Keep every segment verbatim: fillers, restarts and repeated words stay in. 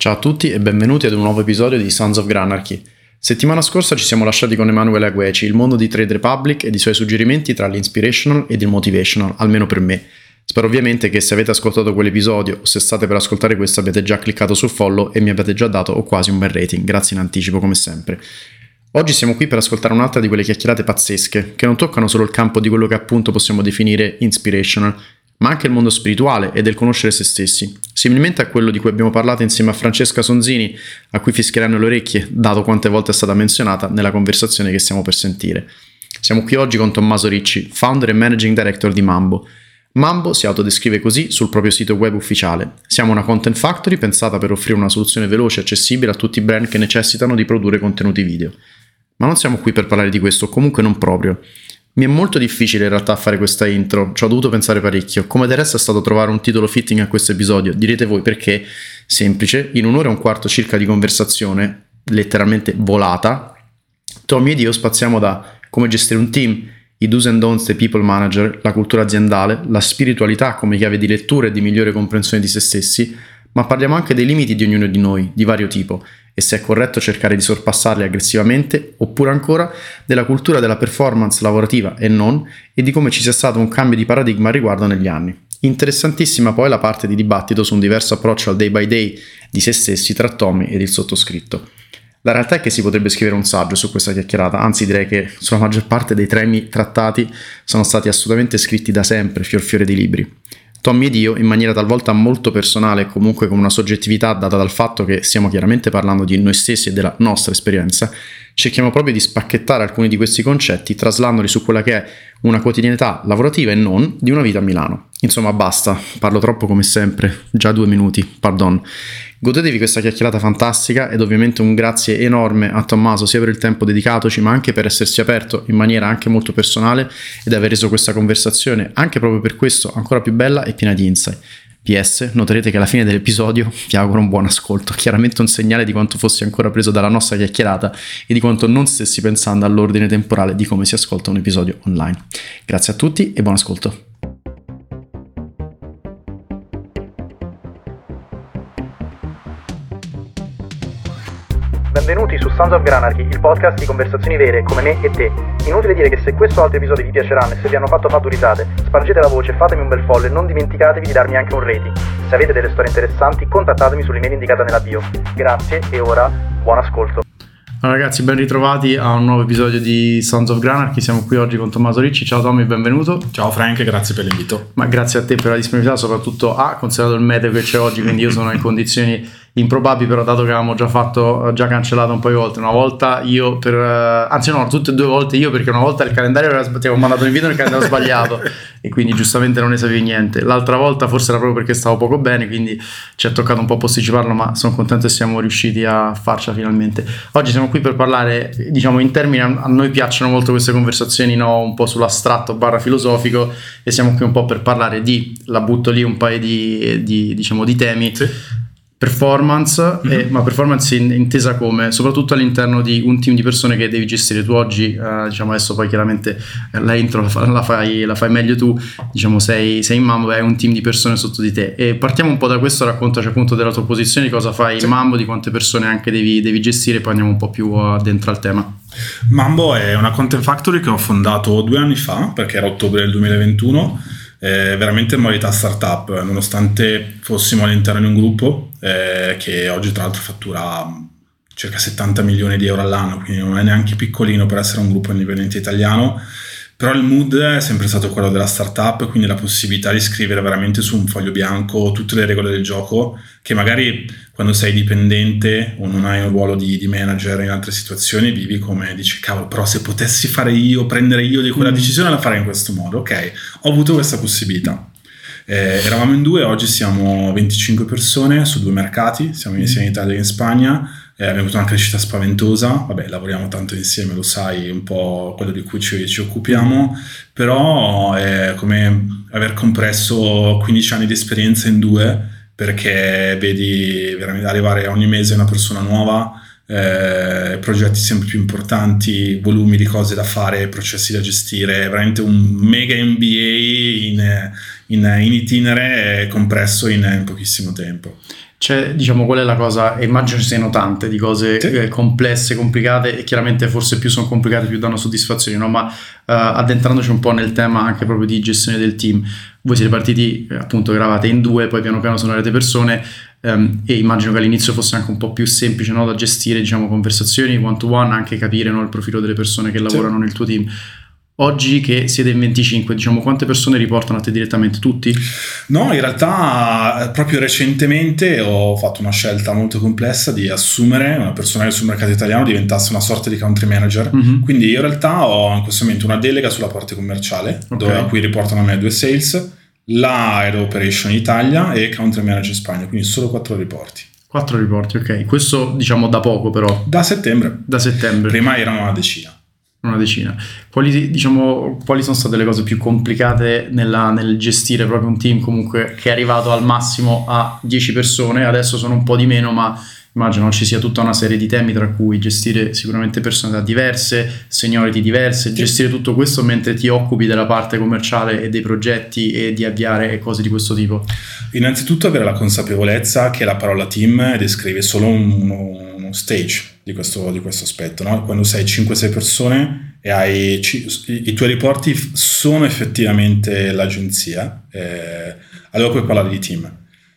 Ciao a tutti e benvenuti ad un nuovo episodio di Sons of Granarchy. Settimana scorsa ci siamo lasciati con Emanuele Agueci, il mondo di Trade Republic ed i suoi suggerimenti tra l'inspirational ed il motivational, almeno per me. Spero ovviamente che se avete ascoltato quell'episodio o se state per ascoltare questo abbiate già cliccato sul follow e mi abbiate già dato o quasi un bel rating, grazie in anticipo come sempre. Oggi siamo qui per ascoltare un'altra di quelle chiacchierate pazzesche, che non toccano solo il campo di quello che appunto possiamo definire inspirational, ma anche il mondo spirituale e del conoscere se stessi, similmente a quello di cui abbiamo parlato insieme a Francesca Sonzini, a cui fischieranno le orecchie, dato quante volte è stata menzionata nella conversazione che stiamo per sentire. Siamo qui oggi con Tommaso Ricci, founder e managing director di Mambo. Mambo si autodescrive così sul proprio sito web ufficiale. Siamo una content factory pensata per offrire una soluzione veloce e accessibile a tutti i brand che necessitano di produrre contenuti video. Ma non siamo qui per parlare di questo, comunque non proprio. Mi è molto difficile in realtà fare questa intro, ci ho dovuto pensare parecchio. Come del resto è stato trovare un titolo fitting a questo episodio. Direte voi perché? Semplice, in un'ora e un quarto circa di conversazione, letteralmente volata, Tommy ed io spaziamo da come gestire un team, i do's and don'ts dei people manager, la cultura aziendale, la spiritualità come chiave di lettura e di migliore comprensione di se stessi, ma parliamo anche dei limiti di ognuno di noi, di vario tipo, e se è corretto cercare di sorpassarli aggressivamente, oppure ancora della cultura della performance lavorativa e non, e di come ci sia stato un cambio di paradigma al riguardo negli anni. Interessantissima poi la parte di dibattito su un diverso approccio al day by day di se stessi tra Tommy ed il sottoscritto. La realtà è che si potrebbe scrivere un saggio su questa chiacchierata, anzi direi che sulla maggior parte dei temi trattati sono stati assolutamente scritti da sempre, fior fiore di libri. Tommy ed io, in maniera talvolta molto personale e comunque con una soggettività data dal fatto che stiamo chiaramente parlando di noi stessi e della nostra esperienza, cerchiamo proprio di spacchettare alcuni di questi concetti traslandoli su quella che è una quotidianità lavorativa e non di una vita a Milano. Insomma basta, parlo troppo come sempre, già due minuti, pardon. Godetevi questa chiacchierata fantastica ed ovviamente un grazie enorme a Tommaso sia per il tempo dedicatoci ma anche per essersi aperto in maniera anche molto personale ed aver reso questa conversazione anche proprio per questo ancora più bella e piena di insight. P S, noterete che alla fine dell'episodio vi auguro un buon ascolto, chiaramente un segnale di quanto fossi ancora preso dalla nostra chiacchierata e di quanto non stessi pensando all'ordine temporale di come si ascolta un episodio online. Grazie a tutti e buon ascolto. Benvenuti su Sons of Granarchy, il podcast di conversazioni vere come me e te. Inutile dire che se questo o altri episodi vi piaceranno e se vi hanno fatto fatti risate, spargete la voce, fatemi un bel follow e non dimenticatevi di darmi anche un rating. Se avete delle storie interessanti, contattatemi sull'email indicata nella bio. Grazie e ora buon ascolto. Allora ragazzi, ben ritrovati a un nuovo episodio di Sons of Granarchy. Siamo qui oggi con Tommaso Ricci. Ciao Tommy, benvenuto. Ciao Frank, grazie per l'invito. Ma grazie a te per la disponibilità, soprattutto a considerato il meteo che c'è oggi, quindi io sono in condizioni improbabili, però dato che avevamo già fatto già cancellato un paio di volte, una volta io per anzi no, tutte e due volte io, perché una volta il calendario era sbagliato, avevo mandato un invito nel calendario sbagliato e quindi giustamente non ne sapevi niente. L'altra volta forse era proprio perché stavo poco bene, quindi ci è toccato un po' posticiparlo, ma sono contento che siamo riusciti a farcela finalmente. Oggi siamo qui per parlare, diciamo in termini, a noi piacciono molto queste conversazioni, no, un po' sull'astratto barra filosofico, e siamo qui un po' per parlare di, la butto lì un paio di, di diciamo di temi. Sì. Performance, mm-hmm. eh, ma performance in, intesa come? Soprattutto all'interno di un team di persone che devi gestire tu oggi, eh, diciamo adesso poi chiaramente eh, la intro la, fa, la, fai, la fai meglio tu, diciamo sei, sei in Mambo e hai un team di persone sotto di te, e partiamo un po' da questo, raccontaci appunto della tua posizione, di cosa fai sì. in Mambo, di quante persone anche devi, devi gestire, e poi andiamo un po' più dentro al tema. Mambo è una content factory che ho fondato due anni fa, perché era ottobre del duemilaventuno, Eh, veramente in modalità startup, nonostante fossimo all'interno di un gruppo eh, che oggi tra l'altro fattura circa settanta milioni di euro all'anno, quindi non è neanche piccolino per essere un gruppo indipendente italiano, però il mood è sempre stato quello della startup, quindi la possibilità di scrivere veramente su un foglio bianco tutte le regole del gioco, che magari quando sei dipendente o non hai un ruolo di, di manager in altre situazioni vivi come dici cavolo, però se potessi fare io, prendere io di quella mm. decisione, la farei in questo modo. Ok, ho avuto questa possibilità. Eh, eravamo in due, oggi siamo venticinque persone su due mercati, siamo in, sia in Italia che in Spagna. Eh, abbiamo avuto una crescita spaventosa, vabbè, lavoriamo tanto insieme, lo sai, un po' quello di cui ci, ci occupiamo, però è come aver compresso quindici anni di esperienza in due, perché vedi veramente arrivare ogni mese una persona nuova, eh, progetti sempre più importanti, volumi di cose da fare, processi da gestire, veramente un mega M B A in, in, in itinere compresso in, in pochissimo tempo. C'è, diciamo, qual è la cosa, e immagino ci siano tante di cose sì. eh, complesse, complicate, e chiaramente forse più sono complicate più danno soddisfazioni, no? Ma uh, addentrandoci un po' nel tema anche proprio di gestione del team, voi siete partiti, eh, appunto eravate in due, poi piano piano sono arrivate persone, um, e immagino che all'inizio fosse anche un po' più semplice, no, da gestire, diciamo, conversazioni one to one, anche capire, no, il profilo delle persone che lavorano sì. nel tuo team. Oggi che siete in venticinque, diciamo, quante persone riportano a te direttamente? Tutti? No, in realtà proprio recentemente ho fatto una scelta molto complessa di assumere una persona che sul mercato italiano diventasse una sorta di country manager. Mm-hmm. Quindi io in realtà ho in questo momento una delega sulla parte commerciale, okay. dove a cui riportano a me due sales, la Head Operation Italia e country manager Spagna, quindi solo quattro riporti. Quattro riporti, ok. Questo diciamo da poco però. Da settembre. Da settembre. Prima erano una decina. Una decina. Quali, diciamo, quali sono state le cose più complicate nella, nel gestire proprio un team comunque che è arrivato al massimo a dieci persone? Adesso sono un po' di meno, ma immagino ci sia tutta una serie di temi, tra cui gestire sicuramente personalità diverse, seniority diverse, sì. gestire tutto questo mentre ti occupi della parte commerciale e dei progetti e di avviare cose di questo tipo. Innanzitutto avere la consapevolezza che la parola team descrive solo uno, uno stage di questo, di questo aspetto, no? Quando sei cinque sei persone e hai i, i tuoi riporti sono effettivamente l'agenzia, eh, allora puoi parlare di team.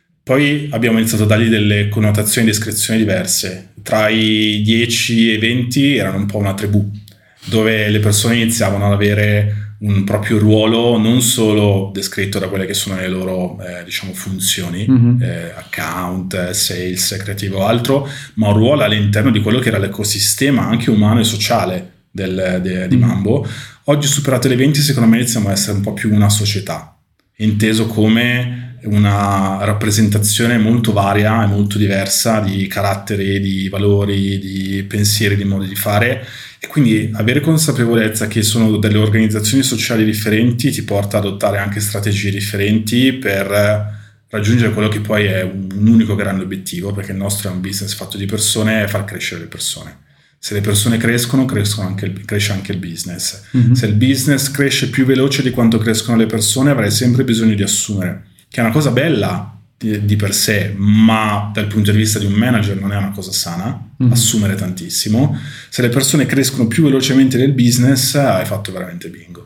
Poi abbiamo iniziato a dargli delle connotazioni e descrizioni diverse. Tra i dieci e i venti erano un po' una tribù, dove le persone iniziavano ad avere un proprio ruolo non solo descritto da quelle che sono le loro eh, diciamo funzioni, mm-hmm. eh, account, sales, creativo o altro, ma un ruolo all'interno di quello che era l'ecosistema anche umano e sociale del, de, di mm-hmm. Mambo. Oggi, superate le venti, secondo me iniziamo a essere un po' più una società, inteso come una rappresentazione molto varia e molto diversa di caratteri, di valori, di pensieri, di modi di fare, e quindi avere consapevolezza che sono delle organizzazioni sociali differenti ti porta ad adottare anche strategie differenti per raggiungere quello che poi è un unico grande obiettivo, perché il nostro è un business fatto di persone e far crescere le persone. Se le persone crescono, crescono anche il, cresce anche il business. Mm-hmm. Se il business cresce più veloce di quanto crescono le persone, avrai sempre bisogno di assumere, che è una cosa bella di, di per sé, ma dal punto di vista di un manager non è una cosa sana, mm-hmm. assumere tantissimo. Se le persone crescono più velocemente del business, hai fatto veramente bingo.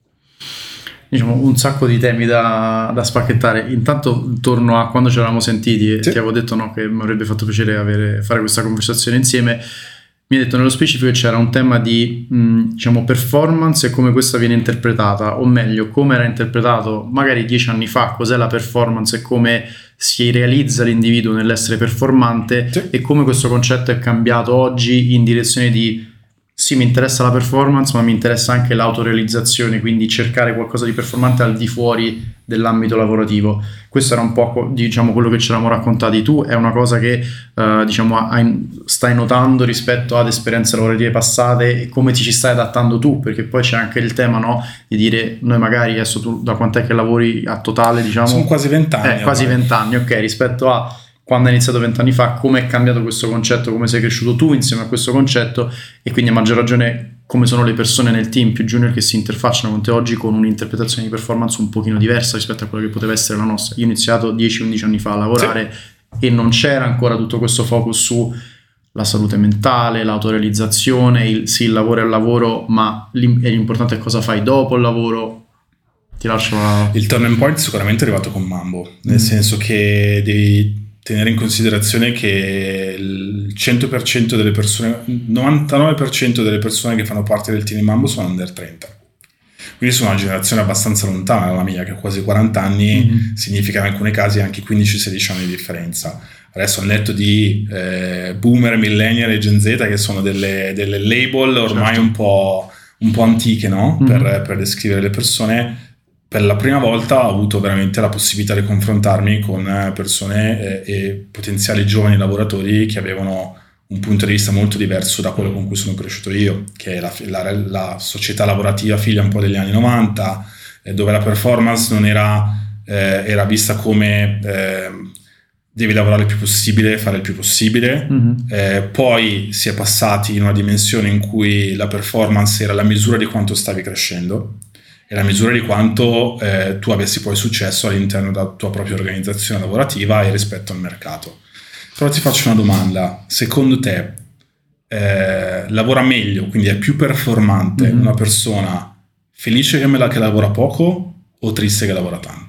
Diciamo un sacco di temi da, da spacchettare. Intanto torno a quando ci eravamo sentiti e sì. ti avevo detto no, che mi avrebbe fatto piacere avere, fare questa conversazione insieme. Mi hai detto nello specifico che c'era un tema di mh, diciamo performance e come questa viene interpretata, o meglio come era interpretato magari dieci anni fa, cos'è la performance e come si realizza l'individuo nell'essere performante, sì. e come questo concetto è cambiato oggi in direzione di sì, mi interessa la performance, ma mi interessa anche l'autorealizzazione, quindi cercare qualcosa di performante al di fuori dell'ambito lavorativo. Questo era un po' diciamo quello che ci eravamo raccontati. Tu è una cosa che uh, diciamo hai, stai notando rispetto ad esperienze lavorative passate e come ti ci stai adattando tu, perché poi c'è anche il tema, no, di dire noi magari adesso tu da quant'è che lavori a totale, diciamo sono quasi vent'anni eh, quasi vent'anni, ok, rispetto a quando hai iniziato vent'anni fa, come è cambiato questo concetto, come sei cresciuto tu insieme a questo concetto, e quindi a maggior ragione come sono le persone nel team più junior che si interfacciano con te oggi con un'interpretazione di performance un pochino diversa rispetto a quella che poteva essere la nostra. Io ho iniziato dieci undici anni fa a lavorare, sì. e non c'era ancora tutto questo focus su la salute mentale, l'autorealizzazione, il, sì, il lavoro è il lavoro, ma l'importante è cosa fai dopo il lavoro. Ti lascio la... Il turning point sicuramente è arrivato con Mambo, nel mm. senso che devi tenere in considerazione che il cento per cento delle persone, novantanove per cento delle persone che fanno parte del team di Mambo sono under trenta. Quindi sono una generazione abbastanza lontana dalla mia, che ha quasi quaranta anni, mm-hmm. significa in alcuni casi anche quindici sedici anni di differenza. Adesso al netto di eh, boomer, millennial e Gen Z, che sono delle, delle label ormai certo. un po', un po' antiche, no? Mm-hmm. per, per descrivere le persone. Per la prima volta ho avuto veramente la possibilità di confrontarmi con persone e, e potenziali giovani lavoratori che avevano un punto di vista molto diverso da quello con cui sono cresciuto io, che è la, la, la società lavorativa figlia un po' degli anni novanta, eh, dove la performance non era, eh, era vista come eh, devi lavorare il più possibile, fare il più possibile, mm-hmm. eh, poi si è passati in una dimensione in cui la performance era la misura di quanto stavi crescendo e la misura di quanto eh, tu avessi poi successo all'interno della tua propria organizzazione lavorativa e rispetto al mercato. Però ti faccio una domanda: secondo te eh, lavora meglio, quindi è più performante mm-hmm. una persona felice che, me la, che lavora poco o triste che lavora tanto?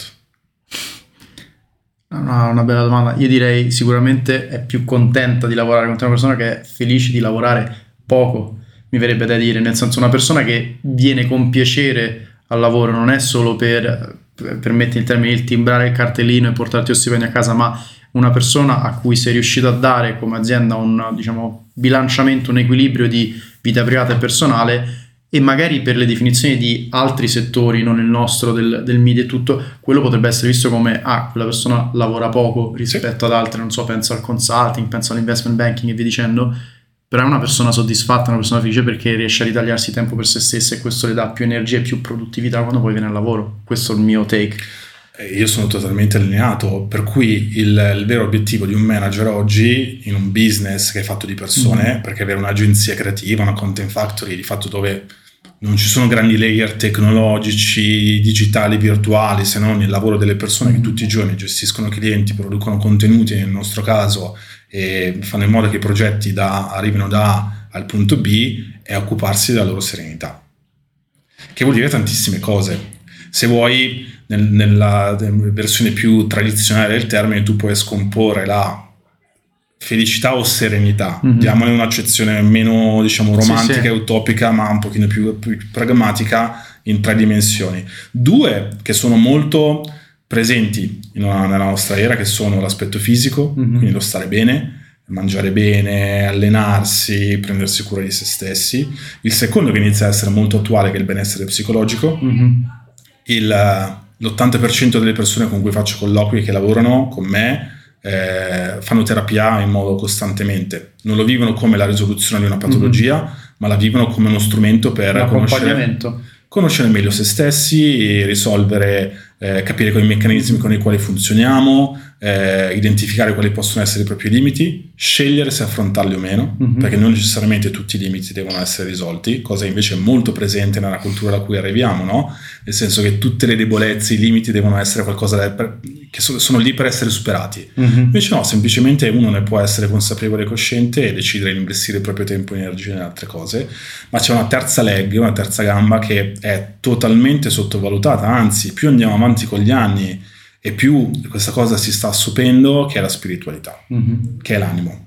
Una, una bella domanda. Io direi sicuramente è più contenta di lavorare con una persona che è felice di lavorare poco, mi verrebbe da dire, nel senso una persona che viene con piacere al lavoro, non è solo per, permetti il termine, il timbrare il cartellino e portarti lo stipendio a casa, ma una persona a cui sei riuscito a dare come azienda un, diciamo, bilanciamento, un equilibrio di vita privata e personale, e magari per le definizioni di altri settori, non il nostro, del, del media e tutto, quello potrebbe essere visto come ah, quella persona lavora poco rispetto ad altre, non so, penso al consulting, penso all'investment banking e via dicendo, però è una persona soddisfatta, una persona felice perché riesce a ritagliarsi tempo per se stessa e questo le dà più energia e più produttività quando poi viene al lavoro. Questo è il mio take. Io sono totalmente allineato, per cui il, il vero obiettivo di un manager oggi in un business che è fatto di persone, mm-hmm. perché avere un'agenzia creativa, una content factory di fatto dove non ci sono grandi layer tecnologici, digitali, virtuali, se non il lavoro delle persone mm-hmm. che tutti i giorni gestiscono clienti, producono contenuti nel nostro caso e fanno in modo che i progetti da, arrivino da A al punto B, è occuparsi della loro serenità, che vuol dire tantissime cose. Se vuoi, nel, nella versione più tradizionale del termine, tu puoi scomporre la felicità o serenità, mm-hmm. diamone un'accezione meno, diciamo, romantica sì, sì. e utopica, ma un pochino più, più pragmatica, in tre dimensioni. Due che sono molto presenti in una, nella nostra era, che sono l'aspetto fisico, mm-hmm. quindi lo stare bene, mangiare bene, allenarsi, prendersi cura di se stessi. Il secondo, che inizia a essere molto attuale, che è il benessere psicologico. Mm-hmm. Il, l'ottanta per cento delle persone con cui faccio colloqui che lavorano con me eh, fanno terapia in modo costantemente, non lo vivono come la risoluzione di una patologia, mm-hmm. ma la vivono come uno strumento per conoscere, conoscere meglio se stessi, risolvere, eh, capire quei meccanismi con i quali funzioniamo, eh, identificare quali possono essere i propri limiti, scegliere se affrontarli o meno, mm-hmm. perché non necessariamente tutti i limiti devono essere risolti, cosa invece molto presente nella cultura da cui arriviamo, no? Nel senso che tutte le debolezze, i limiti devono essere qualcosa da, per, che sono, sono lì per essere superati. Mm-hmm. Invece no, semplicemente uno ne può essere consapevole e cosciente e decidere di investire il proprio tempo e energia in altre cose, ma c'è una terza leg, una terza gamba che è totalmente sottovalutata, anzi più andiamo avanti con gli anni e più questa cosa si sta assopendo, che è la spiritualità, mm-hmm. che è l'animo,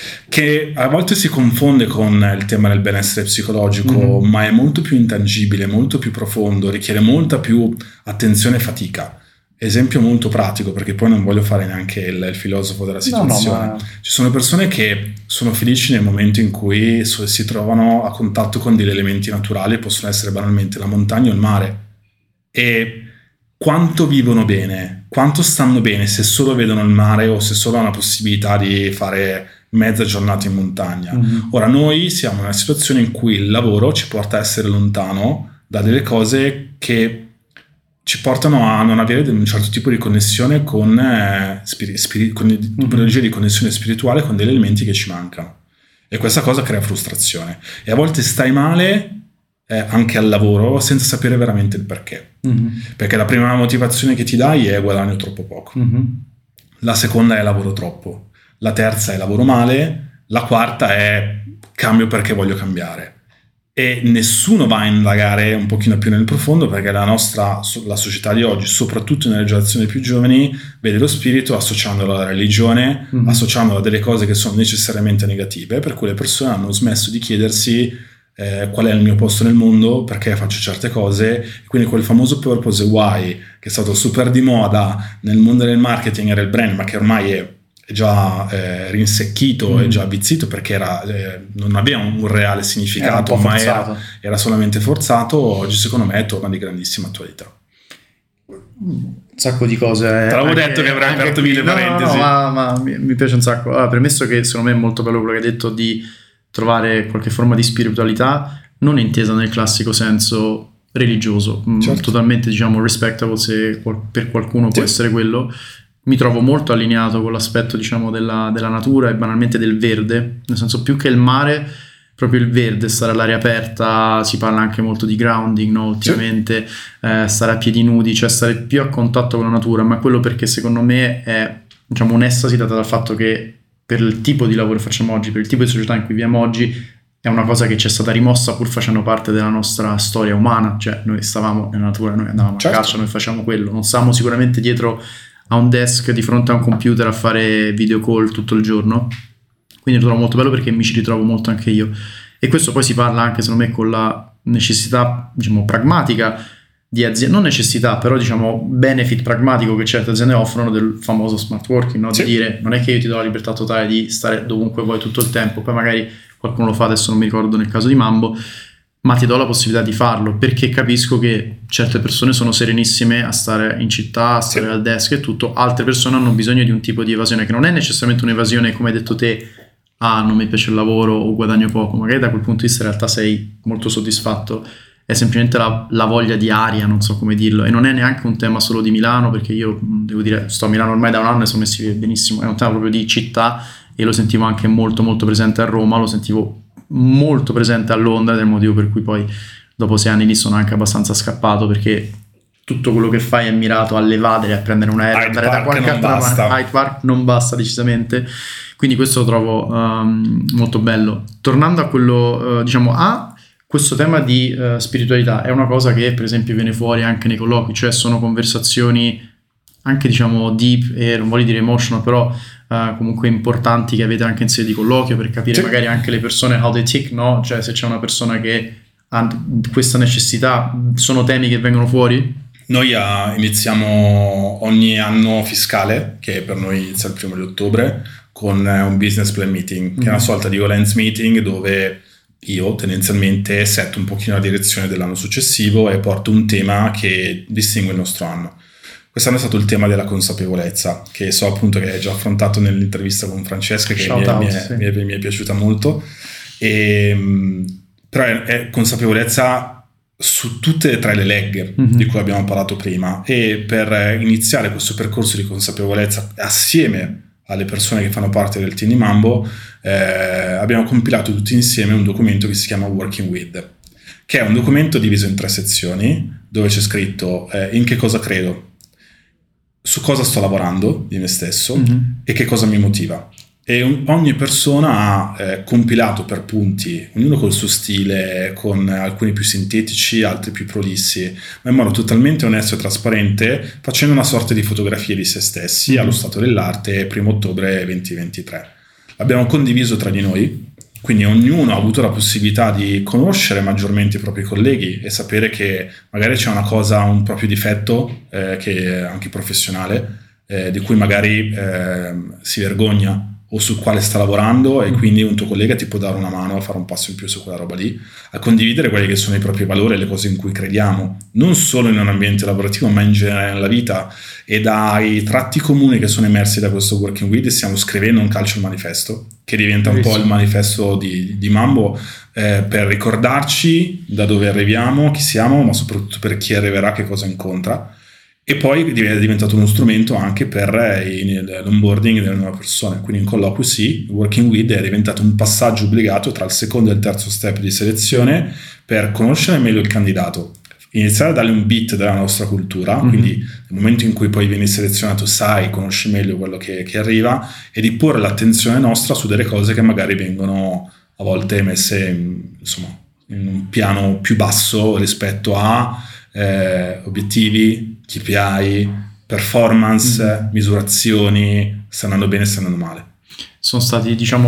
che a volte si confonde con il tema del benessere psicologico, mm-hmm. ma è molto più intangibile, molto più profondo, richiede molta più attenzione e fatica. Esempio molto pratico, perché poi non voglio fare neanche il, il filosofo della situazione. No, no, ma... ci sono persone che sono felici nel momento in cui si trovano a contatto con degli elementi naturali, possono essere banalmente la montagna o il mare, e quanto vivono bene, quanto stanno bene se solo vedono il mare o se solo hanno la possibilità di fare mezza giornata in montagna. Mm-hmm. Ora noi siamo in una situazione in cui il lavoro ci porta a essere lontano da delle cose che ci portano a non avere un certo tipo di connessione con, eh, spiri- spiri- con mm-hmm. tipologie di connessione spirituale con degli elementi che ci mancano, e questa cosa crea frustrazione, e a volte stai male Eh, anche al lavoro senza sapere veramente il perché, mm-hmm. perché la prima motivazione che ti dai è guadagno troppo poco, mm-hmm. la seconda è lavoro troppo, la terza è lavoro male, la quarta è cambio perché voglio cambiare, e nessuno va a indagare un pochino più nel profondo, perché la nostra la società di oggi, soprattutto nelle generazioni più giovani, vede lo spirito associandolo alla religione, mm-hmm. associandolo a delle cose che sono necessariamente negative, per cui le persone hanno smesso di chiedersi Eh, qual è il mio posto nel mondo, perché faccio certe cose, quindi quel famoso purpose why, che è stato super di moda nel mondo del marketing e del brand, ma che ormai è, è già eh, rinsecchito, mm. è già avvizzito, perché era, eh, non aveva un reale significato, era ma era, era solamente forzato. Oggi secondo me torna di grandissima attualità. Un sacco di cose. Te l'avevo detto che avrei aperto mille no, parentesi. No, ma, ma mi, mi piace un sacco. Allora, premesso che secondo me è molto bello quello che hai detto di trovare qualche forma di spiritualità, non intesa nel classico senso religioso, certo. totalmente, diciamo, respectable, se per qualcuno può sì. essere quello. Mi trovo molto allineato con l'aspetto, diciamo, della, della natura e banalmente del verde, nel senso, più che il mare, proprio il verde, stare all'aria aperta. Si parla anche molto di grounding, no? Ultimamente sì. eh, stare a piedi nudi, cioè stare più a contatto con la natura, ma quello perché secondo me è, diciamo, un'estasi data dal fatto che per il tipo di lavoro che facciamo oggi, per il tipo di società in cui viviamo oggi, è una cosa che ci è stata rimossa pur facendo parte della nostra storia umana, cioè noi stavamo nella natura, noi andavamo certo. a caccia, noi facciamo quello, non stavamo sicuramente dietro a un desk di fronte a un computer a fare video call tutto il giorno, quindi lo trovo molto bello perché mi ci ritrovo molto anche io. E questo poi si parla anche secondo me con la necessità, diciamo, pragmatica di aziende, non necessità, però diciamo benefit pragmatico che certe aziende offrono del famoso smart working, no? Sì. Di dire non è che io ti do la libertà totale di stare dovunque vuoi tutto il tempo, poi magari qualcuno lo fa, adesso non mi ricordo nel caso di Mambo, ma ti do la possibilità di farlo, perché capisco che certe persone sono serenissime a stare in città, a stare sì. al desk e tutto, altre persone hanno bisogno di un tipo di evasione che non è necessariamente un'evasione come hai detto te, ah non mi piace il lavoro o guadagno poco, magari da quel punto di vista in realtà sei molto soddisfatto, è semplicemente la, la voglia di aria, non so come dirlo, e non è neanche un tema solo di Milano, perché io devo dire sto a Milano ormai da un anno e sono messi benissimo, è un tema proprio di città, e lo sentivo anche molto molto presente a Roma, lo sentivo molto presente a Londra, del motivo per cui poi dopo sei anni lì sono anche abbastanza scappato, perché tutto quello che fai è mirato all'evadere, a prendere un aereo, andare da qualche altra parte. Hyde Park non basta decisamente, quindi questo lo trovo um, molto bello. Tornando a quello, uh, diciamo, a questo tema di uh, spiritualità, è una cosa che per esempio viene fuori anche nei colloqui, cioè sono conversazioni anche diciamo deep e non voglio dire emotional, però uh, comunque importanti che avete anche in sede di colloquio per capire sì. magari anche le persone how they tick, no? Cioè se c'è una persona che ha questa necessità, sono temi che vengono fuori? Noi uh, iniziamo ogni anno fiscale, che per noi inizia il primo di ottobre, con uh, un business plan meeting, mm-hmm. che è una sorta di goal-ends meeting dove io tendenzialmente setto un pochino la direzione dell'anno successivo e porto un tema che distingue il nostro anno. Quest'anno è stato il tema della consapevolezza, che so appunto che hai già affrontato nell'intervista con Francesca, che mi è, out, mi, è, sì. mi, è, mi è piaciuta molto, e, però è, è consapevolezza su tutte e tre le leghe mm-hmm. di cui abbiamo parlato prima, e per iniziare questo percorso di consapevolezza assieme alle persone che fanno parte del team di Mambo eh, abbiamo compilato tutti insieme un documento che si chiama Working With, che è un documento diviso in tre sezioni dove c'è scritto eh, in che cosa credo, su cosa sto lavorando di me stesso mm-hmm. e che cosa mi motiva. E un, ogni persona ha eh, compilato per punti, ognuno col suo stile, con alcuni più sintetici, altri più prolissi, ma in modo totalmente onesto e trasparente, facendo una sorta di fotografia di se stessi mm-hmm. allo stato dell'arte primo ottobre duemilaventitré. L'abbiamo condiviso tra di noi, quindi ognuno ha avuto la possibilità di conoscere maggiormente i propri colleghi e sapere che magari c'è una cosa, un proprio difetto, eh, che è anche professionale, eh, di cui magari eh, si vergogna o sul quale sta lavorando, e quindi un tuo collega ti può dare una mano a fare un passo in più su quella roba lì, a condividere quelli che sono i propri valori e le cose in cui crediamo, non solo in un ambiente lavorativo ma in generale nella vita. E dai tratti comuni che sono emersi da questo Working With stiamo scrivendo un calcio manifesto che diventa un po' il manifesto di, di Mambo, eh, per ricordarci da dove arriviamo, chi siamo, ma soprattutto per chi arriverà, che cosa incontra. E poi è diventato uno strumento anche per l'onboarding delle nuove persone, quindi in colloquio sì, Working With è diventato un passaggio obbligato tra il secondo e il terzo step di selezione per conoscere meglio il candidato, iniziare a dargli un bit della nostra cultura, mm-hmm. quindi nel momento in cui poi vieni selezionato sai, conosci meglio quello che, che arriva, e di porre l'attenzione nostra su delle cose che magari vengono a volte messe in, insomma, in un piano più basso rispetto a eh, obiettivi, K P I, performance, mm. misurazioni, sta andando bene, sta andando male. Sono stati, diciamo,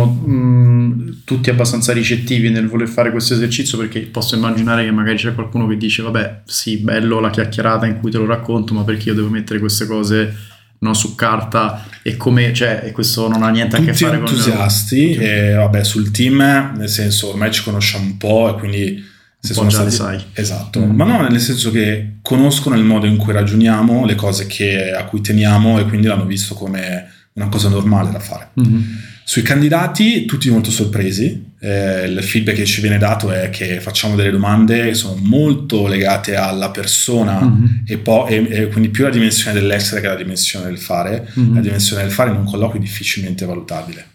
mh, tutti abbastanza ricettivi nel voler fare questo esercizio, perché posso immaginare che magari c'è qualcuno che dice vabbè, sì, bello la chiacchierata in cui te lo racconto, ma perché io devo mettere queste cose no, su carta, e come, cioè, e questo non ha niente tutti a che fare con entusiasti, con e vabbè, sul team, nel senso, ormai ci conosciamo un po' e quindi se sono già stati, le sai. Esatto, mm. ma no, nel senso che conoscono il modo in cui ragioniamo, le cose che, a cui teniamo, e quindi l'hanno visto come una cosa normale da fare. Mm-hmm. Sui candidati tutti molto sorpresi, eh, il feedback che ci viene dato è che facciamo delle domande che sono molto legate alla persona, mm-hmm. e, poi, e, e quindi più la dimensione dell'essere che la dimensione del fare. Mm-hmm. La dimensione del fare in un colloquio è difficilmente valutabile,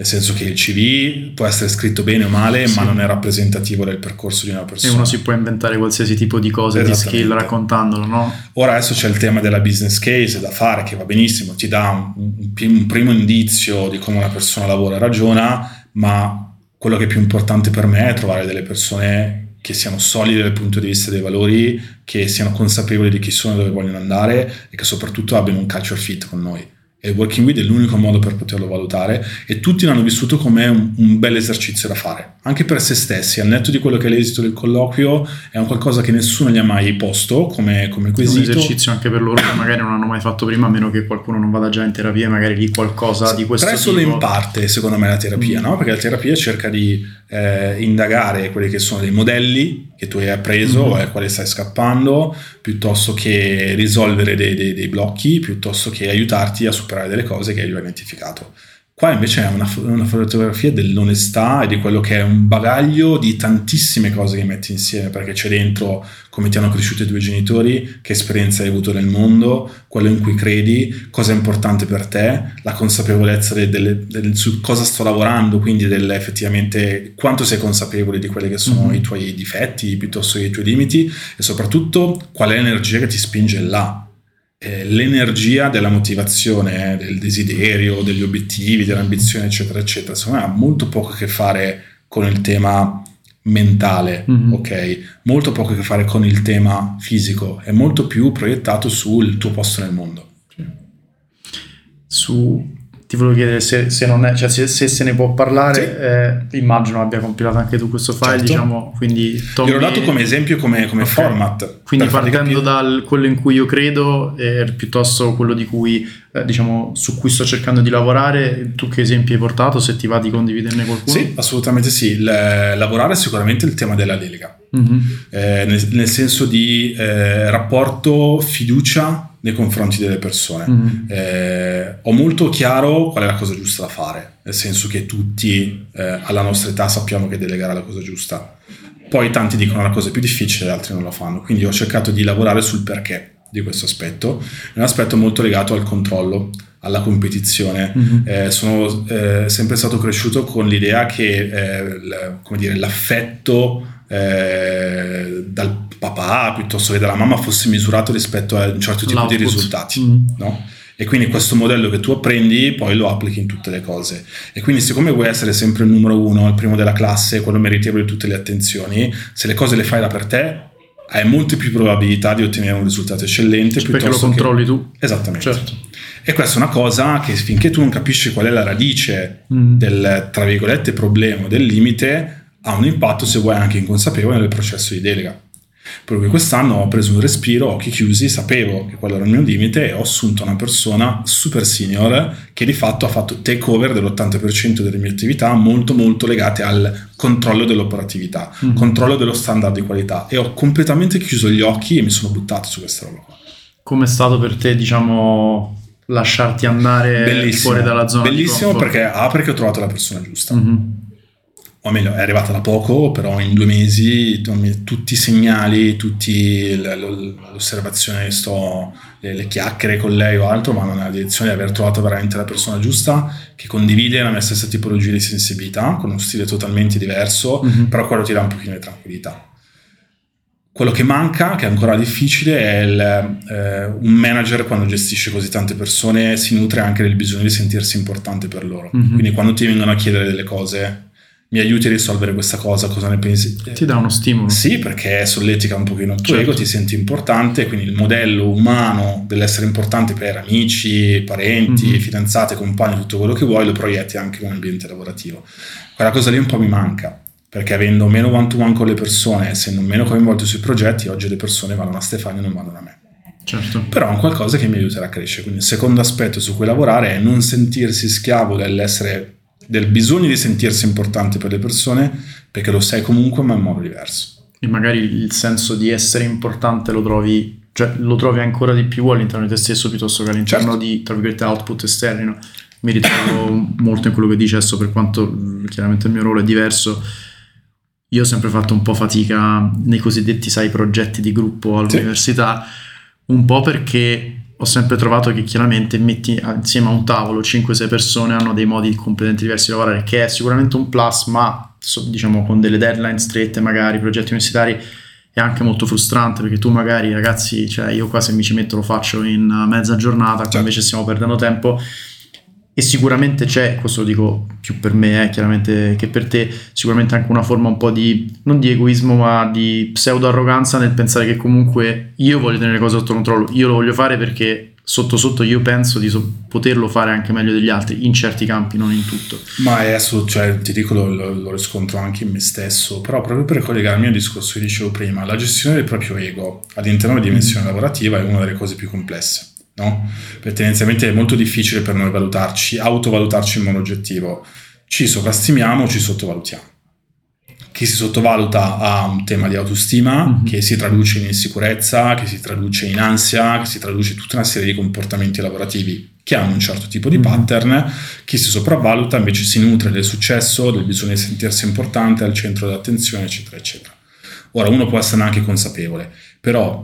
nel senso che il C V può essere scritto bene o male, sì, ma non è rappresentativo del percorso di una persona. E uno si può inventare qualsiasi tipo di cose, di skill raccontandolo, no? Ora adesso c'è il tema della business case da fare, che va benissimo, ti dà un, un, un primo indizio di come una persona lavora e ragiona, ma quello che è più importante per me è trovare delle persone che siano solide dal punto di vista dei valori, che siano consapevoli di chi sono e dove vogliono andare e che soprattutto abbiano un culture fit con noi. E il working with è l'unico modo per poterlo valutare, e tutti l'hanno vissuto come un, un bel esercizio da fare, anche per se stessi, al netto di quello che è l'esito del colloquio. È un qualcosa che nessuno gli ha mai posto come, come quesito. Un esercizio anche per loro che magari non hanno mai fatto prima, a meno che qualcuno non vada già in terapia, magari lì qualcosa sì, di questo però è solo in parte, secondo me, la terapia, mm. no? Perché la terapia cerca di eh, indagare quelli che sono dei modelli che tu hai appreso mm. ai quali stai scappando, piuttosto che risolvere dei, dei, dei blocchi, piuttosto che aiutarti a superare delle cose che hai già identificato. Qua invece è una, una fotografia dell'onestà e di quello che è un bagaglio di tantissime cose che metti insieme, perché c'è dentro come ti hanno cresciuto i tuoi genitori, che esperienza hai avuto nel mondo, quello in cui credi, cosa è importante per te, la consapevolezza del, del, del, su cosa sto lavorando, quindi del, effettivamente quanto sei consapevole di quelli che sono mm-hmm. i tuoi difetti piuttosto che i tuoi limiti, e soprattutto qual è l'energia che ti spinge là. L'energia della motivazione, del desiderio, degli obiettivi, dell'ambizione, eccetera eccetera, secondo me ha molto poco a che fare con il tema mentale, mm-hmm. ok? Molto poco a che fare con il tema fisico, è molto più proiettato sul tuo posto nel mondo. Su ti volevo chiedere se, se non è, cioè se, se se ne può parlare, sì. eh, immagino abbia compilato anche tu questo file, certo. diciamo, quindi Tommy... Gliel'ho dato come esempio, come, come okay. format. Quindi partendo da quello in cui io credo, eh, piuttosto quello di cui, eh, diciamo, su cui sto cercando di lavorare, tu che esempi hai portato, se ti va di condividerne qualcuno? Sì, assolutamente sì. Il, lavorare è sicuramente il tema della delega, mm-hmm. eh, nel, nel senso di eh, rapporto, fiducia nei confronti delle persone. Mm-hmm. Eh, ho molto chiaro qual è la cosa giusta da fare, nel senso che tutti eh, alla nostra età sappiamo che delegare è la cosa giusta. Poi tanti dicono la cosa più difficile, altri non la fanno, quindi ho cercato di lavorare sul perché di questo aspetto. È un aspetto molto legato al controllo, alla competizione. Mm-hmm. Eh, sono eh, sempre stato cresciuto con l'idea che eh, l- come dire, l'affetto Eh, dal papà piuttosto che dalla mamma fosse misurato rispetto a un certo tipo L'output. di risultati, mm. no? E quindi questo modello che tu apprendi poi lo applichi in tutte le cose, e quindi siccome vuoi essere sempre il numero uno, il primo della classe, quello meritevole di tutte le attenzioni, se le cose le fai da per te hai molte più probabilità di ottenere un risultato eccellente, cioè perché lo controlli che... tu. Esattamente, certo. E questa è una cosa che finché tu non capisci qual è la radice mm. del, tra virgolette, problema, del limite, ha un impatto, se vuoi, anche inconsapevole nel processo di delega. Per cui quest'anno ho preso un respiro, occhi chiusi, sapevo che quello era il mio limite, e ho assunto una persona super senior che di fatto ha fatto take over dell'ottanta per cento delle mie attività, molto molto legate al controllo dell'operatività, mm. controllo dello standard di qualità, e ho completamente chiuso gli occhi e mi sono buttato su questa roba qua. Com'è stato per te, diciamo, lasciarti andare bellissimo, fuori dalla zona? Bellissimo, perché ah, perché ho trovato la persona giusta. Mm-hmm. O meglio, è arrivata da poco, però in due mesi tutti i segnali, tutti l'osservazione, sto, le, le chiacchiere con lei o altro vanno nella direzione di aver trovato veramente la persona giusta, che condivide la mia stessa tipologia di sensibilità, con uno stile totalmente diverso, mm-hmm. però quello ti dà un pochino di tranquillità. Quello che manca, che è ancora difficile, è il, eh, un manager, quando gestisce così tante persone, si nutre anche del bisogno di sentirsi importante per loro. Mm-hmm. Quindi quando ti vengono a chiedere delle cose, mi aiuti a risolvere questa cosa, cosa ne pensi? Ti dà uno stimolo. Sì, perché solletica un pochino il tuo certo. ego, ti senti importante, quindi il modello umano dell'essere importante per amici, parenti, mm-hmm. fidanzate, compagni, tutto quello che vuoi, lo proietti anche nell'ambiente lavorativo. Quella cosa lì un po' mi manca, perché avendo meno one to one con le persone, essendo meno coinvolti sui progetti, oggi le persone vanno a Stefano e non vanno a me. Certo. Però è un qualcosa che mi aiuterà a crescere. Quindi il secondo aspetto su cui lavorare è non sentirsi schiavo dell'essere del bisogno di sentirsi importante per le persone, perché lo sei comunque, ma in modo diverso. E magari il senso di essere importante lo trovi, cioè lo trovi ancora di più all'interno di te stesso piuttosto che all'interno certo. di, tra virgolette, output esterni, no? Mi ritrovo molto in quello che dici adesso, per quanto chiaramente il mio ruolo è diverso. Io ho sempre fatto un po' fatica nei cosiddetti, sai, progetti di gruppo all'università, sì. un po' perché ho sempre trovato che chiaramente metti insieme a un tavolo cinque sei persone, hanno dei modi completamente diversi di lavorare, che è sicuramente un plus, ma diciamo con delle deadline strette, magari progetti universitari, è anche molto frustrante, perché tu magari, ragazzi, cioè io qua se mi ci metto lo faccio in mezza giornata, qua invece stiamo perdendo tempo. E sicuramente c'è, questo lo dico più per me eh, chiaramente che per te, sicuramente anche una forma un po' di, non di egoismo, ma di pseudo arroganza nel pensare che comunque io voglio tenere le cose sotto controllo, io lo voglio fare perché sotto sotto io penso di so- poterlo fare anche meglio degli altri in certi campi, non in tutto. Ma è assolutamente, cioè, ti dico, lo, lo, lo riscontro anche in me stesso, però proprio per collegarmi al discorso che dicevo prima, la gestione del proprio ego all'interno della dimensione lavorativa è una delle cose più complesse. No? Perché tendenzialmente è molto difficile per noi valutarci, autovalutarci in modo oggettivo. Ci sovrastimiamo, ci sottovalutiamo. Chi si sottovaluta ha un tema di autostima mm-hmm. che si traduce in insicurezza, che si traduce in ansia, che si traduce in tutta una serie di comportamenti lavorativi che hanno un certo tipo di mm-hmm. pattern. Chi si sopravvaluta invece si nutre del successo, del bisogno di sentirsi importante, al centro dell'attenzione, eccetera, eccetera. Ora, uno può essere anche consapevole, però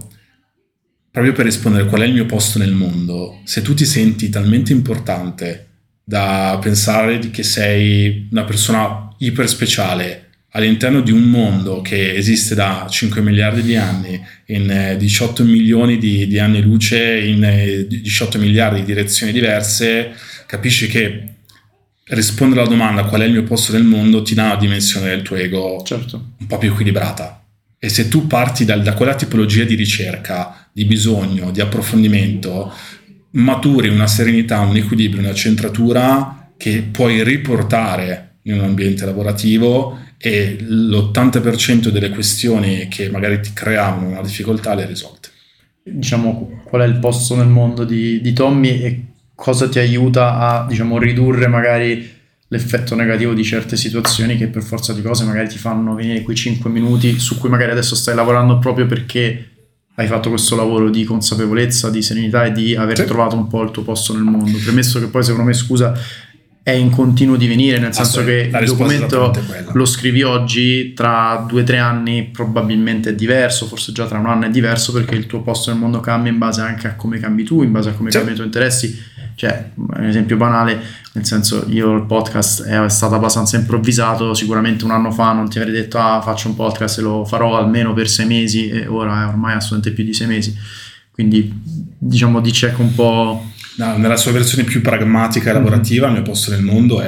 proprio per rispondere qual è il mio posto nel mondo, se tu ti senti talmente importante da pensare che sei una persona iper speciale all'interno di un mondo che esiste da cinque miliardi di anni, in diciotto milioni di, di anni luce, in diciotto miliardi di direzioni diverse, capisci che rispondere alla domanda qual è il mio posto nel mondo ti dà una dimensione del tuo ego certo. un po' più equilibrata. E se tu parti da, da quella tipologia di ricerca, di bisogno, di approfondimento, maturi una serenità, un equilibrio, una centratura che puoi riportare in un ambiente lavorativo, e l'ottanta per cento delle questioni che magari ti creavano una difficoltà le hai risolte. Diciamo, qual è il posto nel mondo di, di Tommy e cosa ti aiuta a, diciamo, ridurre magari l'effetto negativo di certe situazioni che per forza di cose magari ti fanno venire quei cinque minuti su cui magari adesso stai lavorando proprio perché hai fatto questo lavoro di consapevolezza, di serenità e di aver sì. trovato un po' il tuo posto nel mondo. Premesso che poi secondo me, scusa, è in continuo divenire, nel senso che il documento lo scrivi oggi, tra due o tre anni probabilmente è diverso, forse già tra un anno è diverso, perché il tuo posto nel mondo cambia in base anche a come cambi tu, in base a come sì. cambiano i tuoi interessi. Cioè, un esempio banale, nel senso, io il podcast è stato abbastanza improvvisato, sicuramente un anno fa non ti avrei detto ah faccio un podcast e lo farò almeno per sei mesi, e ora è ormai assolutamente più di sei mesi, quindi diciamo di check un po'. No, nella sua versione più pragmatica e lavorativa mm-hmm. il mio posto nel mondo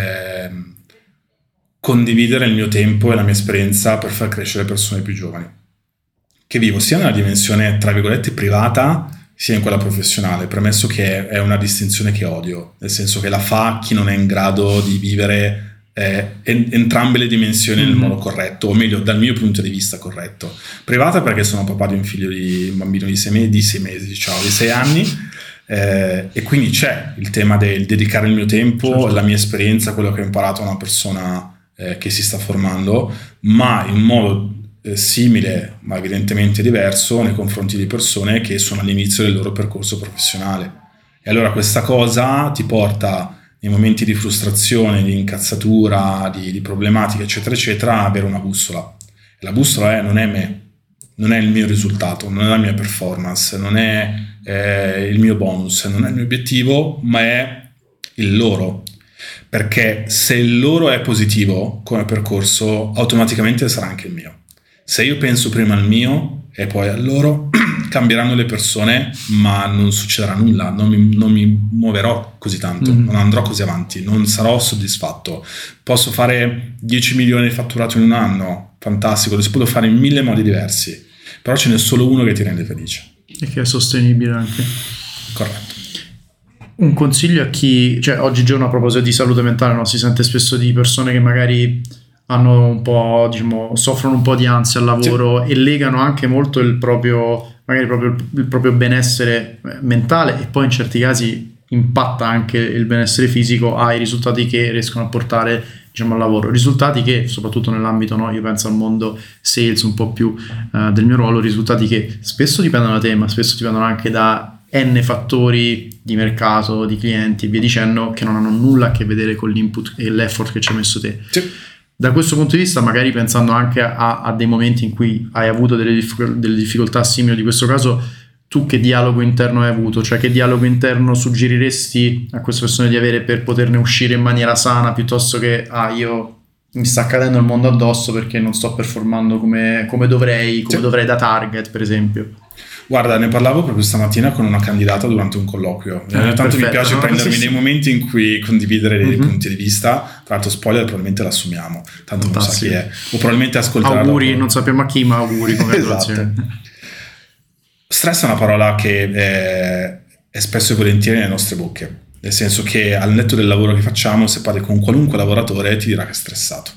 è eh, condividere il mio tempo e la mia esperienza per far crescere le persone più giovani, che vivo sia nella dimensione tra virgolette privata sia in quella professionale, premesso che è una distinzione che odio, nel senso che la fa chi non è in grado di vivere eh, en- entrambe le dimensioni mm-hmm. nel modo corretto, o meglio dal mio punto di vista corretto. Privata perché sono papà di un figlio di un bambino di sei mesi, di sei mesi diciamo, di sei anni, eh, e quindi c'è il tema del dedicare il mio tempo, certo. la mia esperienza, quello che ho imparato a una persona eh, che si sta formando, ma in modo Eh, simile ma evidentemente diverso nei confronti di persone che sono all'inizio del loro percorso professionale. E allora questa cosa ti porta nei momenti di frustrazione, di incazzatura, di, di problematica eccetera eccetera a avere una bussola, e la bussola è, non è me, non è il mio risultato, non è la mia performance, non è eh, il mio bonus, non è il mio obiettivo, ma è il loro. Perché se il loro è positivo come percorso, automaticamente sarà anche il mio. Se io penso prima al mio e poi a loro, cambieranno le persone, ma non succederà nulla, non mi, non mi muoverò così tanto, mm-hmm. non andrò così avanti, non sarò soddisfatto. Posso fare dieci milioni di fatturato in un anno, fantastico, lo si può fare in mille modi diversi, però ce n'è solo uno che ti rende felice. E che è sostenibile anche. Corretto. Un consiglio a chi, cioè oggigiorno a proposito di salute mentale, no? Si sente spesso di persone che magari hanno un po', diciamo, soffrono un po' di ansia al lavoro sì. e legano anche molto il proprio, magari proprio il proprio benessere mentale, e poi in certi casi impatta anche il benessere fisico ai risultati che riescono a portare, diciamo, al lavoro. Risultati che, soprattutto nell'ambito, no, io penso al mondo sales un po' più uh, del mio ruolo, risultati che spesso dipendono da te, ma spesso dipendono anche da n fattori di mercato, di clienti e via dicendo, che non hanno nulla a che vedere con l'input e l'effort che ci hai messo te. Sì. Da questo punto di vista, magari pensando anche a, a dei momenti in cui hai avuto delle, difficoltà, delle difficoltà simili di questo caso, tu che dialogo interno hai avuto? Cioè, che dialogo interno suggeriresti a queste persone di avere per poterne uscire in maniera sana, piuttosto che ah io mi sta cadendo il mondo addosso perché non sto performando come, come dovrei, come sì. dovrei da target, per esempio? Guarda, ne parlavo proprio stamattina con una candidata durante un colloquio. Eh, Tanto perfetto, mi piace no? prendermi sì, dei sì. momenti in cui condividere dei mm-hmm. punti di vista. Tra l'altro, spoiler, probabilmente l'assumiamo. Tanto non sa chi è. O probabilmente ascolterà. Auguri, dopo. Non sappiamo a chi, ma auguri. Esatto. Stress è una parola che è, è spesso e volentieri nelle nostre bocche. Nel senso che al netto del lavoro che facciamo, se parli con qualunque lavoratore ti dirà che è stressato.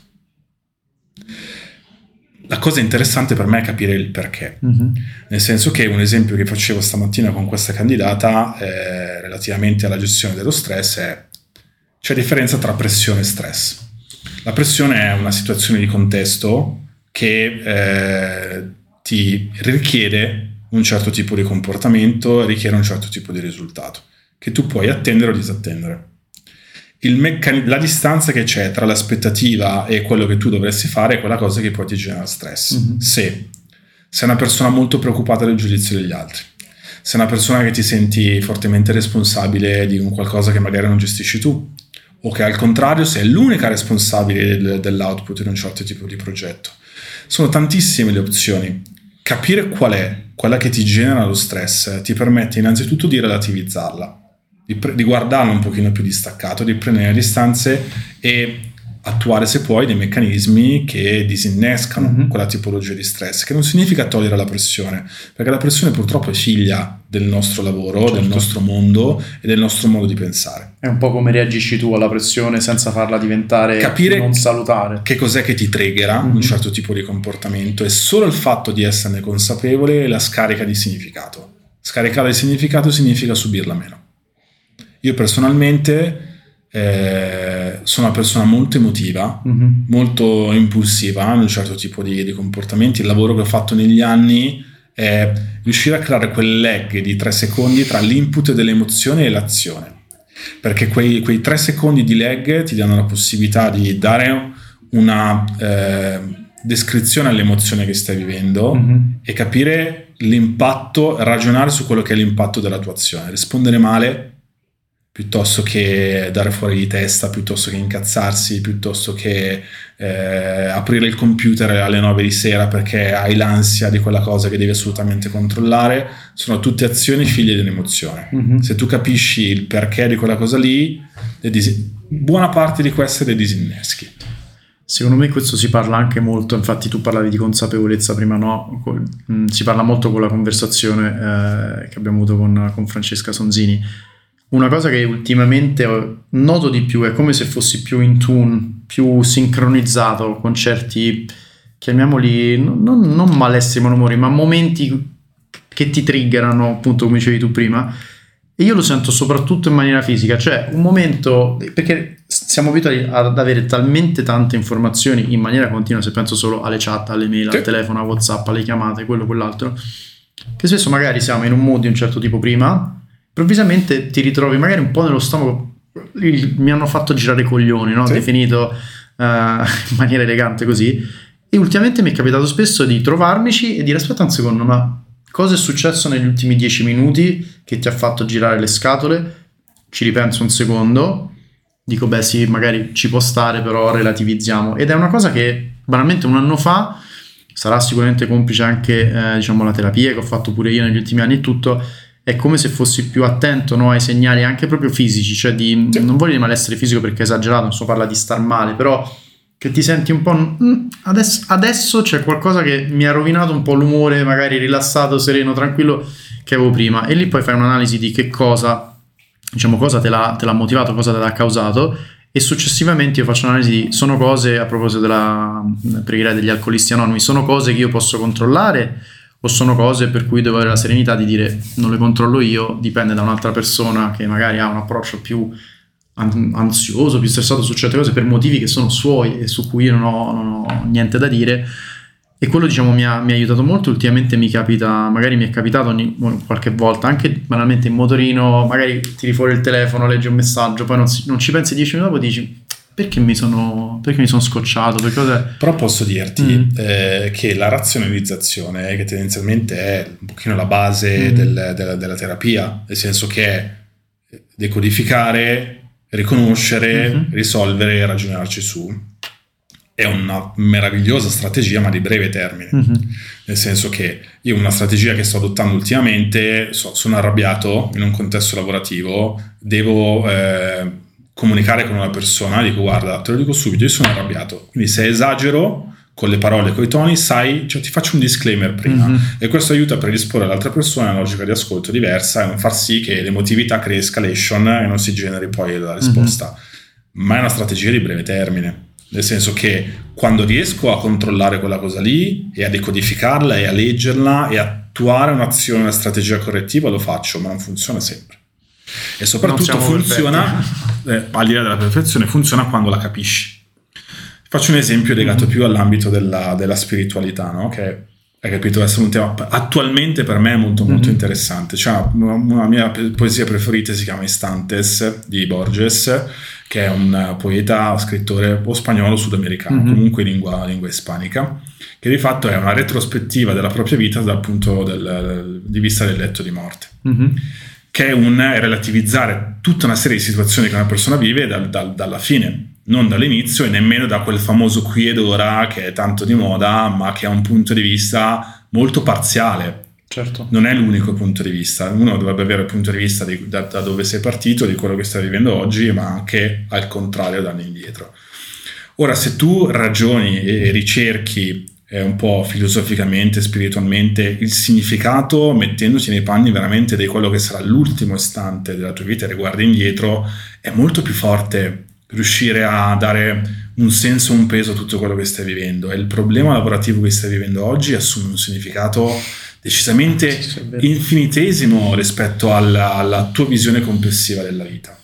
La cosa interessante per me è capire il perché, mm-hmm. nel senso che un esempio che facevo stamattina con questa candidata eh, relativamente alla gestione dello stress è c'è differenza tra pressione e stress. La pressione è una situazione di contesto che eh, ti richiede un certo tipo di comportamento, richiede un certo tipo di risultato che tu puoi attendere o disattendere. Il meccan- la distanza che c'è tra l'aspettativa e quello che tu dovresti fare è quella cosa che poi ti genera stress. Mm-hmm. Se sei una persona molto preoccupata del giudizio degli altri, sei una persona che ti senti fortemente responsabile di un qualcosa che magari non gestisci tu, o che al contrario sei l'unica responsabile del, dell'output in un certo tipo di progetto. Sono tantissime le opzioni. Capire qual è quella che ti genera lo stress ti permette innanzitutto di relativizzarla, Di, pre- di guardarlo un pochino più distaccato, di prendere le distanze e attuare se puoi dei meccanismi che disinnescano mm-hmm. quella tipologia di stress, che non significa togliere la pressione, perché la pressione purtroppo è figlia del nostro lavoro, certo. del nostro mondo e del nostro modo di pensare. È un po' come reagisci tu alla pressione senza farla diventare capire non salutare. Che cos'è che ti triggera mm-hmm. un certo tipo di comportamento, e solo il fatto di esserne consapevole la scarica di significato. Scaricare il significato significa subirla meno. Io personalmente eh, sono una persona molto emotiva, mm-hmm. molto impulsiva in un certo tipo di, di comportamenti. Il lavoro che ho fatto negli anni è riuscire a creare quel lag di tre secondi tra l'input delle emozioni e l'azione, perché quei, quei tre secondi di lag ti danno la possibilità di dare una eh, descrizione all'emozione che stai vivendo mm-hmm. e capire l'impatto, ragionare su quello che è l'impatto della tua azione, rispondere male piuttosto che dare fuori di testa, piuttosto che incazzarsi, piuttosto che eh, aprire il computer alle nove di sera perché hai l'ansia di quella cosa che devi assolutamente controllare. Sono tutte azioni figlie di un'emozione. Mm-hmm. Se tu capisci il perché di quella cosa lì, le dis- buona parte di queste le disinneschi. Secondo me questo si parla anche molto, infatti tu parlavi di consapevolezza prima, no? Si parla molto con la conversazione eh, che abbiamo avuto con, con Francesca Sonzini. Una cosa che ultimamente noto di più è come se fossi più in tune, più sincronizzato con certi, chiamiamoli, non, non malesseri, malumori, ma momenti che ti triggerano, appunto come dicevi tu prima. E io lo sento soprattutto in maniera fisica, cioè un momento, perché siamo abituati ad avere talmente tante informazioni in maniera continua, se penso solo alle chat, alle mail, al telefono, a WhatsApp, alle chiamate, quello, quell'altro, che spesso magari siamo in un mood di un certo tipo prima, improvvisamente ti ritrovi magari un po' nello stomaco, mi hanno fatto girare i coglioni, no? Sì. Definito uh, in maniera elegante così, e ultimamente mi è capitato spesso di trovarmici e dire aspetta un secondo, ma cosa è successo negli ultimi dieci minuti che ti ha fatto girare le scatole? Ci ripenso un secondo, dico beh sì, magari ci può stare, però relativizziamo, ed è una cosa che banalmente un anno fa, sarà sicuramente complice anche eh, diciamo la terapia che ho fatto pure io negli ultimi anni e tutto, è come se fossi più attento, no, ai segnali anche proprio fisici, cioè di, sì. non voglio dire malessere fisico perché è esagerato, non so, parla di star male, però che ti senti un po' mm, adesso, adesso c'è qualcosa che mi ha rovinato un po' l'umore, magari rilassato, sereno, tranquillo che avevo prima, e lì poi fai un'analisi di che cosa, diciamo, cosa te l'ha, te l'ha motivato, cosa te l'ha causato, e successivamente io faccio un'analisi di sono cose, a proposito della preghiera degli alcolisti anonimi, sono cose che io posso controllare o sono cose per cui devo avere la serenità di dire non le controllo io, dipende da un'altra persona che magari ha un approccio più ansioso, più stressato su certe cose per motivi che sono suoi e su cui io non ho, non ho niente da dire. E quello, diciamo, mi ha, mi ha aiutato molto. Ultimamente mi capita, magari mi è capitato ogni, qualche volta, anche banalmente in motorino, magari tiri fuori il telefono, leggi un messaggio, poi non, si, non ci pensi dieci minuti dopo, dici perché mi sono, perché mi sono scocciato? Per cosa... Però posso dirti mm. eh, che la razionalizzazione, che tendenzialmente è un pochino la base mm. del, della, della terapia, nel senso che è decodificare, riconoscere, mm-hmm. risolvere e ragionarci su, è una meravigliosa strategia, ma di breve termine. Mm-hmm. Nel senso che io una strategia che sto adottando ultimamente, so, sono arrabbiato in un contesto lavorativo, devo eh, comunicare con una persona, dico guarda, te lo dico subito, io sono arrabbiato, quindi se esagero con le parole, con i toni, sai, cioè ti faccio un disclaimer prima, mm-hmm. e questo aiuta a predisporre l'altra persona a una logica di ascolto diversa e non far sì che l'emotività crei escalation e non si generi poi la risposta. Mm-hmm. Ma è una strategia di breve termine, nel senso che quando riesco a controllare quella cosa lì e a decodificarla e a leggerla e attuare un'azione, una strategia correttiva, lo faccio, ma non funziona sempre. E soprattutto funziona, eh, al di là della perfezione, funziona quando la capisci. Faccio un esempio legato più all'ambito della, della spiritualità, no? Che hai capito essere un tema attualmente per me è molto molto mm-hmm. interessante. Cioè, una, una mia poesia preferita si chiama Instantes di Borges, che è un poeta, scrittore o spagnolo sudamericano, mm-hmm. comunque in lingua, lingua ispanica, che di fatto è una retrospettiva della propria vita dal punto del, di vista del letto di morte. Mm-hmm. Che è un relativizzare tutta una serie di situazioni che una persona vive dal, dal, dalla fine, non dall'inizio e nemmeno da quel famoso qui ed ora che è tanto di moda, ma che ha un punto di vista molto parziale. Certo. Non è l'unico punto di vista, uno dovrebbe avere il punto di vista di, da, da dove sei partito, di quello che stai vivendo oggi, ma anche al contrario da indietro. Ora, se tu ragioni e ricerchi eh, un po' filosoficamente, spiritualmente il significato, mettendoti nei panni veramente di quello che sarà l'ultimo istante della tua vita e riguardi indietro, è molto più forte riuscire a dare un senso, un peso a tutto quello che stai vivendo. E il problema lavorativo che stai vivendo oggi assume un significato decisamente infinitesimo rispetto alla, alla tua visione complessiva della vita.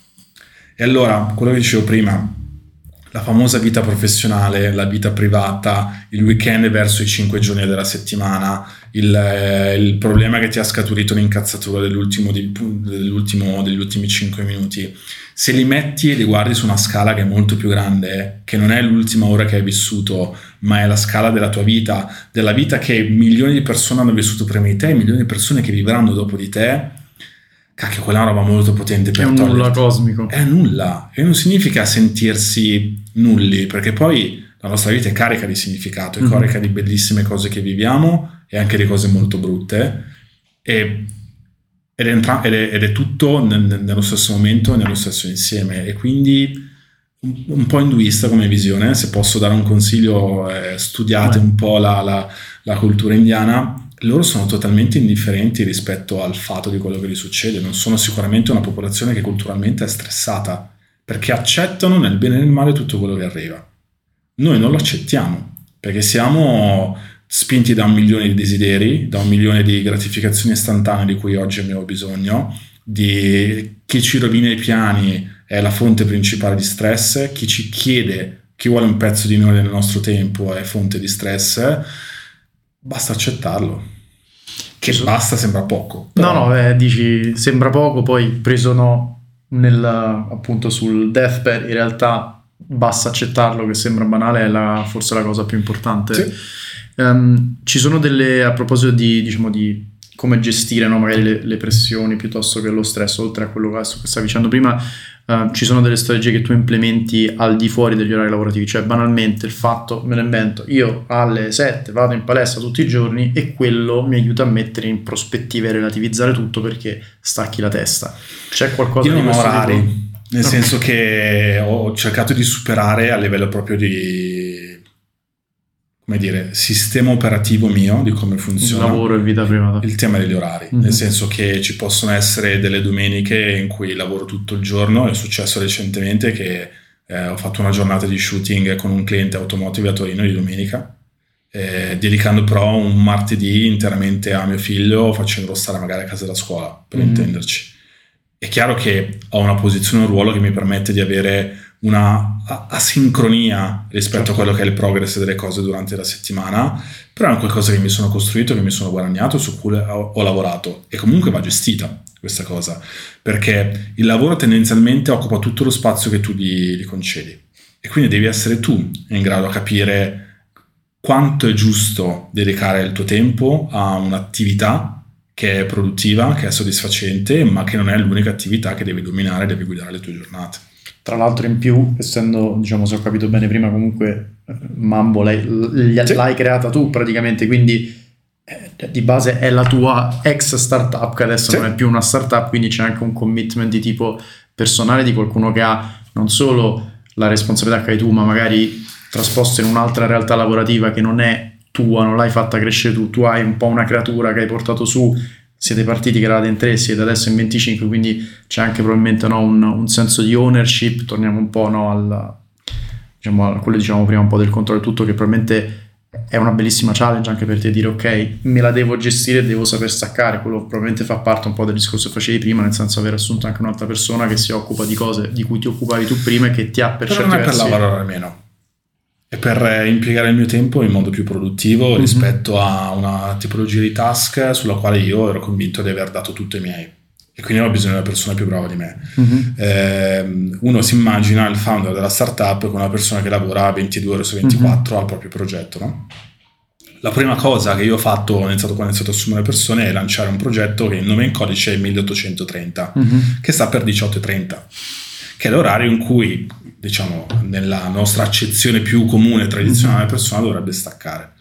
E allora, quello che dicevo prima, la famosa vita professionale, la vita privata, il weekend verso i cinque giorni della settimana, il, eh, il problema che ti ha scaturito l'incazzatura dell'ultimo, di, dell'ultimo degli ultimi cinque minuti, se li metti e li guardi su una scala che è molto più grande, che non è l'ultima ora che hai vissuto, ma è la scala della tua vita, della vita che milioni di persone hanno vissuto prima di te, milioni di persone che vivranno dopo di te, cacchio, quella è una roba molto potente per è un toglierti. Nulla cosmico. È nulla, e non significa sentirsi nulli, perché poi la nostra vita è carica di significato, è mm-hmm. carica di bellissime cose che viviamo e anche di cose molto brutte, e, ed, è entra- ed, è, ed è tutto nel, nello stesso momento e nello stesso insieme. E quindi un, un po' induista come visione, se posso dare un consiglio, eh, studiate mm. un po' la, la, la cultura indiana. Loro sono totalmente indifferenti rispetto al fatto di quello che gli succede, non sono sicuramente una popolazione che culturalmente è stressata, perché accettano nel bene e nel male tutto quello che arriva. Noi non lo accettiamo, perché siamo spinti da un milione di desideri, da un milione di gratificazioni istantanee di cui oggi abbiamo bisogno, di chi ci rovina i piani è la fonte principale di stress, chi ci chiede, chi vuole un pezzo di noi nel nostro tempo è fonte di stress. Basta accettarlo, che so. Basta sembra poco però. no no eh, dici sembra poco, poi preso no nel, appunto sul deathbed, in realtà basta accettarlo, che sembra banale, è la, forse la cosa più importante. Sì. Um, ci sono delle, a proposito di diciamo di come gestire no, magari le, le pressioni piuttosto che lo stress, oltre a quello che stavi dicendo prima, uh, ci sono delle strategie che tu implementi al di fuori degli orari lavorativi, cioè banalmente il fatto, me lo invento, io alle sette vado in palestra tutti i giorni e quello mi aiuta a mettere in prospettiva e relativizzare tutto, perché stacchi la testa. C'è qualcosa io di non ho orari, tipo? nel okay. senso che ho cercato di superare a livello proprio di, come dire, sistema operativo mio, di come funziona lavoro e vita privata, il tema degli orari, mm-hmm. nel senso che ci possono essere delle domeniche in cui lavoro tutto il giorno. È successo recentemente che eh, ho fatto una giornata di shooting con un cliente automotive a Torino di domenica, eh, dedicando però un martedì interamente a mio figlio, facendolo stare magari a casa della scuola, per mm-hmm. intenderci. È chiaro che ho una posizione, un ruolo che mi permette di avere una asincronia rispetto certo. a quello che è il progress delle cose durante la settimana, però è un qualcosa che mi sono costruito, che mi sono guadagnato, su cui ho, ho lavorato, e comunque va gestita questa cosa, perché il lavoro tendenzialmente occupa tutto lo spazio che tu gli, gli concedi. e quindi devi essere tu in grado a capire quanto è giusto dedicare il tuo tempo a un'attività che è produttiva, che è soddisfacente, ma che non è l'unica attività che devi dominare, devi guidare le tue giornate. Tra l'altro, in più, essendo, diciamo, se ho capito bene prima, comunque Mambo l'hai, sì. l'hai creata tu praticamente, quindi eh, di base è la tua ex startup, che adesso sì. non è più una startup, quindi c'è anche un commitment di tipo personale di qualcuno che ha non solo la responsabilità che hai tu, ma magari trasposto in un'altra realtà lavorativa che non è tua, non l'hai fatta crescere tu, tu hai un po' una creatura che hai portato su, siete partiti che eravate in tre, siete adesso in venticinque, quindi c'è anche probabilmente no, un, un senso di ownership, torniamo un po' no, al, diciamo, a quello diciamo prima un po' del controllo di tutto, che probabilmente è una bellissima challenge anche per te dire ok, me la devo gestire, devo saper staccare, quello probabilmente fa parte un po' del discorso che facevi prima, nel senso aver assunto anche un'altra persona che si occupa di cose di cui ti occupavi tu prima e che ti ha per Però certi non è versi... per lavorare meno, è per impiegare il mio tempo in modo più produttivo mm-hmm. rispetto a una tipologia di task sulla quale io ero convinto di aver dato tutto i miei, e quindi ho bisogno di una persona più brava di me. Mm-hmm. Eh, uno si immagina il founder della startup come una persona che lavora ventidue ore su ventiquattro mm-hmm. al proprio progetto, no? La prima cosa che io ho fatto ho iniziato, quando ho iniziato a assumere persone, è lanciare un progetto che il nome in codice è milleottocentotrenta, mm-hmm. che sta per diciotto e trenta, che è l'orario in cui, diciamo, nella nostra accezione più comune e tradizionale, la persona dovrebbe staccare.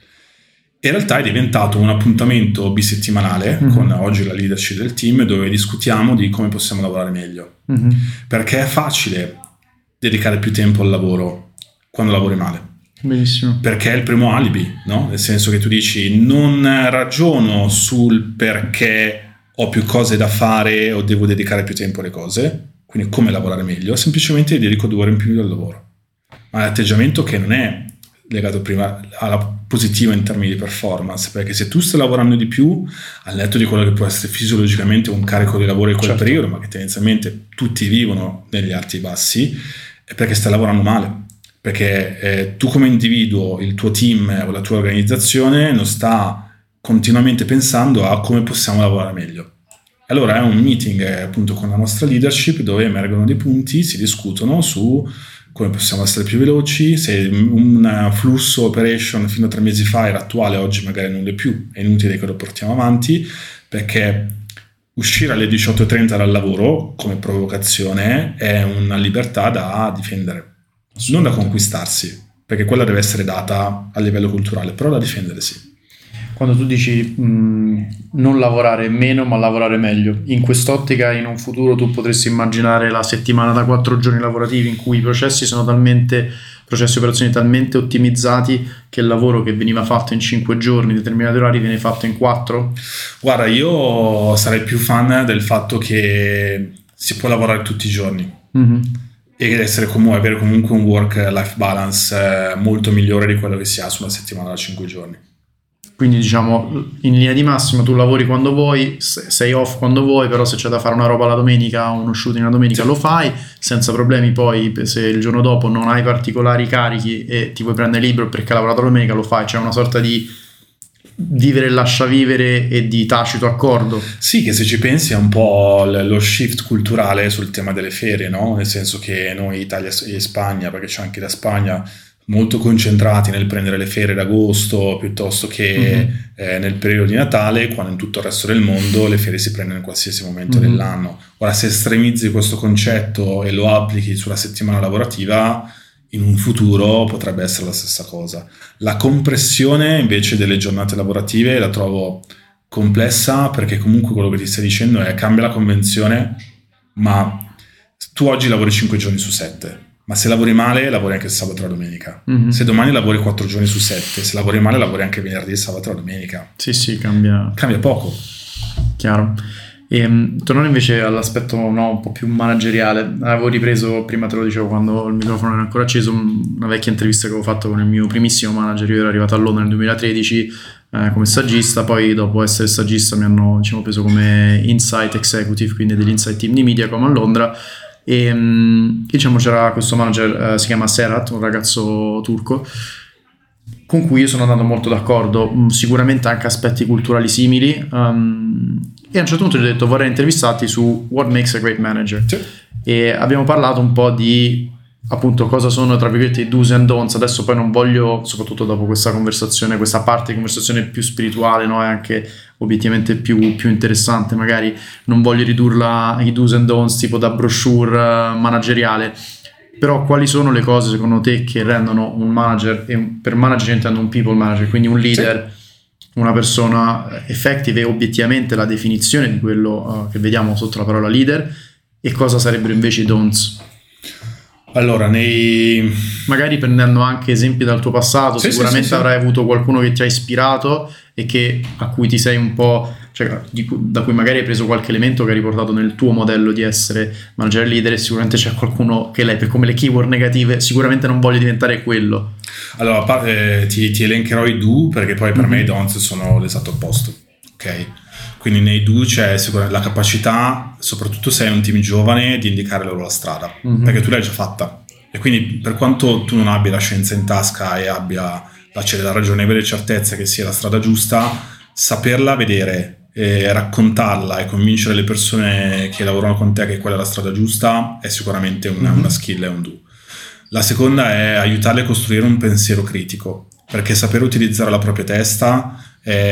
In realtà è diventato un appuntamento bisettimanale mm-hmm. con oggi la leadership del team, dove discutiamo di come possiamo lavorare meglio. Mm-hmm. Perché è facile dedicare più tempo al lavoro quando lavori male. Benissimo. Perché è il primo alibi, no? Nel senso che tu dici non ragiono sul perché ho più cose da fare o devo dedicare più tempo alle cose, quindi come lavorare meglio, semplicemente dedico due ore in più al lavoro. Ma l'atteggiamento che non è legato prima alla positiva in termini di performance, perché se tu stai lavorando di più, al netto di quello che può essere fisiologicamente un carico di lavoro in quel certo. periodo, ma che tendenzialmente tutti vivono negli alti bassi, è perché stai lavorando male. Perché eh, tu come individuo, il tuo team o la tua organizzazione non sta continuamente pensando a come possiamo lavorare meglio. Allora è un meeting eh, appunto con la nostra leadership, dove emergono dei punti, si discutono su come possiamo essere più veloci, se un flusso operation fino a tre mesi fa era attuale, oggi magari non è più, è inutile che lo portiamo avanti, perché uscire alle diciotto e trenta dal lavoro come provocazione è una libertà da difendere, non da conquistarsi, perché quella deve essere data a livello culturale, però da difendere sì. Quando tu dici mh, non lavorare meno ma lavorare meglio, in quest'ottica in un futuro tu potresti immaginare la settimana da quattro giorni lavorativi in cui i processi sono talmente, processi e operazioni talmente ottimizzati che il lavoro che veniva fatto in cinque giorni, determinati orari, viene fatto in quattro? Guarda, io sarei più fan del fatto che si può lavorare tutti i giorni. Mm-hmm. E essere comunque, avere comunque un work-life balance molto migliore di quello che si ha su una settimana da cinque giorni. Quindi diciamo in linea di massima tu lavori quando vuoi, sei off quando vuoi, però se c'è da fare una roba la domenica, uno shooting la domenica, sì, lo fai senza problemi. Poi se il giorno dopo non hai particolari carichi e ti vuoi prendere libero perché hai lavorato la domenica, lo fai. C'è una sorta di vivere e lascia vivere e di tacito accordo. Sì, che se ci pensi è un po' lo shift culturale sul tema delle ferie, no? Nel senso che noi Italia e Spagna, perché c'è anche la Spagna, molto concentrati nel prendere le ferie d'agosto piuttosto che mm-hmm. eh, nel periodo di Natale, quando in tutto il resto del mondo le ferie si prendono in qualsiasi momento mm-hmm. dell'anno. Ora, se estremizzi questo concetto e lo applichi sulla settimana lavorativa, in un futuro potrebbe essere la stessa cosa. La compressione invece delle giornate lavorative la trovo complessa, perché comunque quello che ti stai dicendo è cambia la convenzione, ma tu oggi lavori cinque giorni su sette. Ma se lavori male, lavori anche il sabato e la domenica. Mm-hmm. Se domani lavori quattro giorni su sette, se lavori male, lavori anche venerdì, sabato e la domenica. Sì, sì, cambia. Cambia poco. Chiaro. E, tornando invece all'aspetto no, un po' più manageriale, avevo ripreso, prima te lo dicevo quando il microfono era ancora acceso, una vecchia intervista che avevo fatto con il mio primissimo manager. Io ero arrivato a Londra nel duemilatredici eh, come saggista, poi dopo essere saggista mi hanno diciamo, preso come insight executive, quindi dell'insight team di Mediacom a Londra. E diciamo c'era questo manager, eh, si chiama Serhat, un ragazzo turco con cui io sono andato molto d'accordo, sicuramente anche aspetti culturali simili, um, e a un certo punto gli ho detto vorrei intervistarti su what makes a great manager, sì. E abbiamo parlato un po' di appunto cosa sono tra virgolette i do's and don'ts. Adesso poi non voglio, soprattutto dopo questa conversazione, questa parte di conversazione più spirituale, no, e anche obiettivamente più, più interessante, magari non voglio ridurla ai do's and don'ts tipo da brochure manageriale, però quali sono le cose secondo te che rendono un manager, e per manager intendo un people manager, quindi un leader, sì, una persona effective, e obiettivamente la definizione di quello uh, che vediamo sotto la parola leader, e cosa sarebbero invece i don'ts? Allora, nei... magari prendendo anche esempi dal tuo passato, sì, sicuramente sì, sì, avrai sì. avuto qualcuno che ti ha ispirato e che a cui ti sei un po', cioè di, da cui magari hai preso qualche elemento che hai riportato nel tuo modello di essere manager leader, e sicuramente c'è qualcuno che lei, per come le keyword negative, sicuramente non voglio diventare quello. Allora, eh, ti, ti elencherò i do, perché poi per mm-hmm. me i don'ts sono l'esatto opposto, ok? Quindi nei do c'è sicuramente la capacità, soprattutto se hai un team giovane, di indicare loro la strada, mm-hmm. perché tu l'hai già fatta, e quindi per quanto tu non abbia la scienza in tasca e abbia la, la ragionevole certezza che sia la strada giusta, saperla vedere e raccontarla e convincere le persone che lavorano con te che quella è la strada giusta è sicuramente una, mm-hmm. una skill e un do. La seconda è aiutarle a costruire un pensiero critico, perché saper utilizzare la propria testa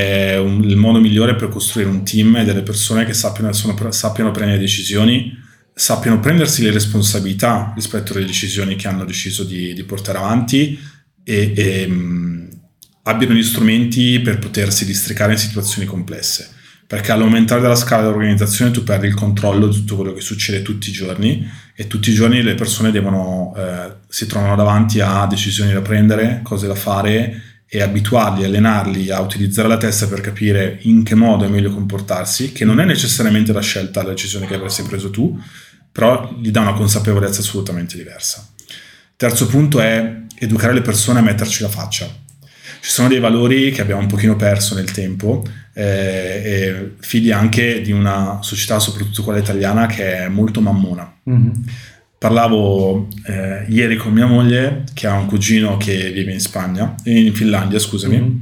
è un, il modo migliore per costruire un team e delle persone che sappiano, sono, sappiano prendere decisioni, sappiano prendersi le responsabilità rispetto alle decisioni che hanno deciso di, di portare avanti, e, e mh, abbiano gli strumenti per potersi districare in situazioni complesse, perché all'aumentare della scala dell'organizzazione tu perdi il controllo di tutto quello che succede tutti i giorni, e tutti i giorni le persone devono eh, si trovano davanti a decisioni da prendere, cose da fare, e abituarli, allenarli a utilizzare la testa per capire in che modo è meglio comportarsi, che non è necessariamente la scelta, la decisione che avresti preso tu, però gli dà una consapevolezza assolutamente diversa. Terzo punto è educare le persone a metterci la faccia. Ci sono dei valori che abbiamo un pochino perso nel tempo, eh, e figli anche di una società, soprattutto quella italiana, che è molto mammona. Mm-hmm. Parlavo eh, ieri con mia moglie, che ha un cugino che vive in Spagna, in Finlandia, scusami, mm-hmm.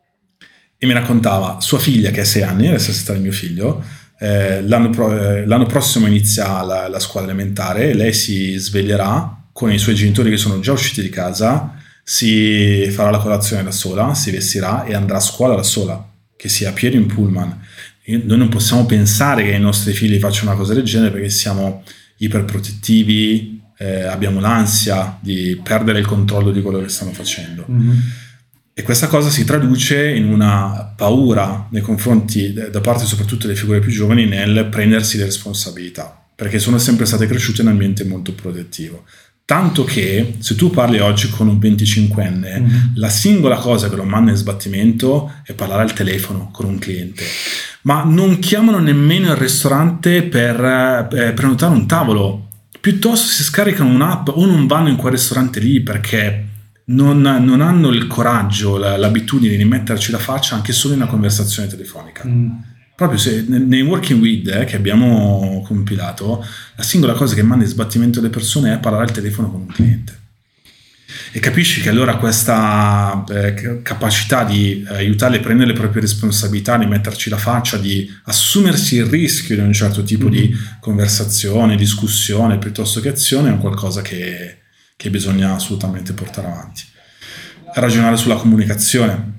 e mi raccontava sua figlia, che ha sei anni, la stessa età di mio figlio, eh, l'anno, pro- eh, l'anno prossimo inizia la, la scuola elementare, e lei si sveglierà con i suoi genitori che sono già usciti di casa, si farà la colazione da sola, si vestirà e andrà a scuola da sola, che sia a piedi o in pullman. E noi non possiamo pensare che i nostri figli facciano una cosa del genere, perché siamo iperprotettivi, eh, abbiamo l'ansia di perdere il controllo di quello che stanno facendo. Mm-hmm. E questa cosa si traduce in una paura nei confronti, da parte soprattutto delle figure più giovani, nel prendersi le responsabilità, perché sono sempre state cresciute in un ambiente molto protettivo. Tanto che se tu parli oggi con un venticinquenne, mm-hmm. la singola cosa che lo manda in sbattimento è parlare al telefono con un cliente. Ma non chiamano nemmeno il ristorante per eh, prenotare un tavolo, piuttosto si scaricano un'app o non vanno in quel ristorante lì, perché non, non hanno il coraggio, la, l'abitudine di metterci la faccia anche solo in una conversazione telefonica. Mm. Proprio se nei working with eh, che abbiamo compilato, la singola cosa che manda in sbattimento le persone è parlare al telefono con un cliente. E capisci che allora questa eh, capacità di aiutarli a prendere le proprie responsabilità, di metterci la faccia, di assumersi il rischio di un certo tipo mm-hmm. di conversazione, discussione piuttosto che azione, è un qualcosa che, che bisogna assolutamente portare avanti. Ragionare sulla comunicazione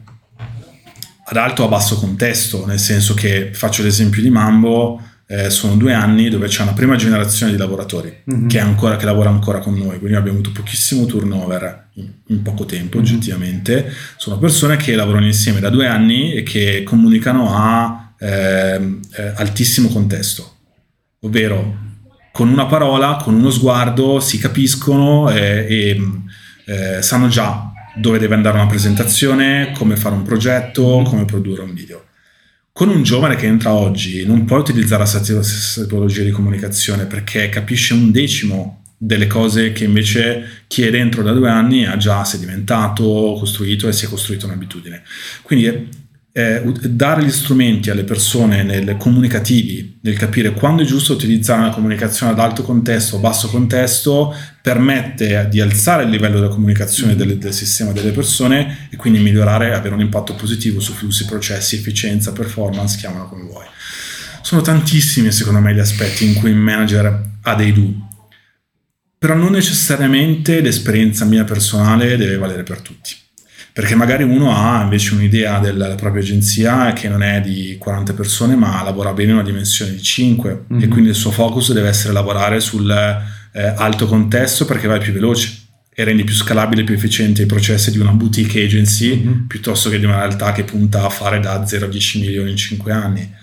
ad alto o a basso contesto, nel senso che, faccio l'esempio di Mambo, eh, sono due anni dove c'è una prima generazione di lavoratori mm-hmm. che, è ancora, che lavora ancora con noi, quindi abbiamo avuto pochissimo turnover in, in poco tempo, mm-hmm. oggettivamente. Sono persone che lavorano insieme da due anni e che comunicano a eh, eh, altissimo contesto, ovvero con una parola, con uno sguardo si capiscono eh, e eh, sanno già dove deve andare una presentazione, come fare un progetto, come produrre un video. Con un giovane che entra oggi non puoi utilizzare la stessa tipologia di comunicazione, perché capisce un decimo delle cose che invece chi è dentro da due anni ha già sedimentato, costruito e si è costruito un'abitudine. Quindi eh, dare gli strumenti alle persone nel comunicativi, nel capire quando è giusto utilizzare una comunicazione ad alto contesto o basso contesto, permette di alzare il livello della comunicazione del, del sistema delle persone e quindi migliorare, avere un impatto positivo su flussi, processi, efficienza, performance, chiamano come vuoi. Sono tantissimi secondo me gli aspetti in cui il manager ha dei do. però non necessariamente l'esperienza mia personale deve valere per tutti. Perché magari uno ha invece un'idea della propria agenzia che non è di quaranta persone, ma lavora bene in una dimensione di cinque, mm-hmm. e quindi il suo focus deve essere lavorare sul eh, alto contesto, perché vai più veloce e rendi più scalabile e più efficiente i processi di una boutique agency, mm-hmm. piuttosto che di una realtà che punta a fare da zero a dieci milioni in cinque anni.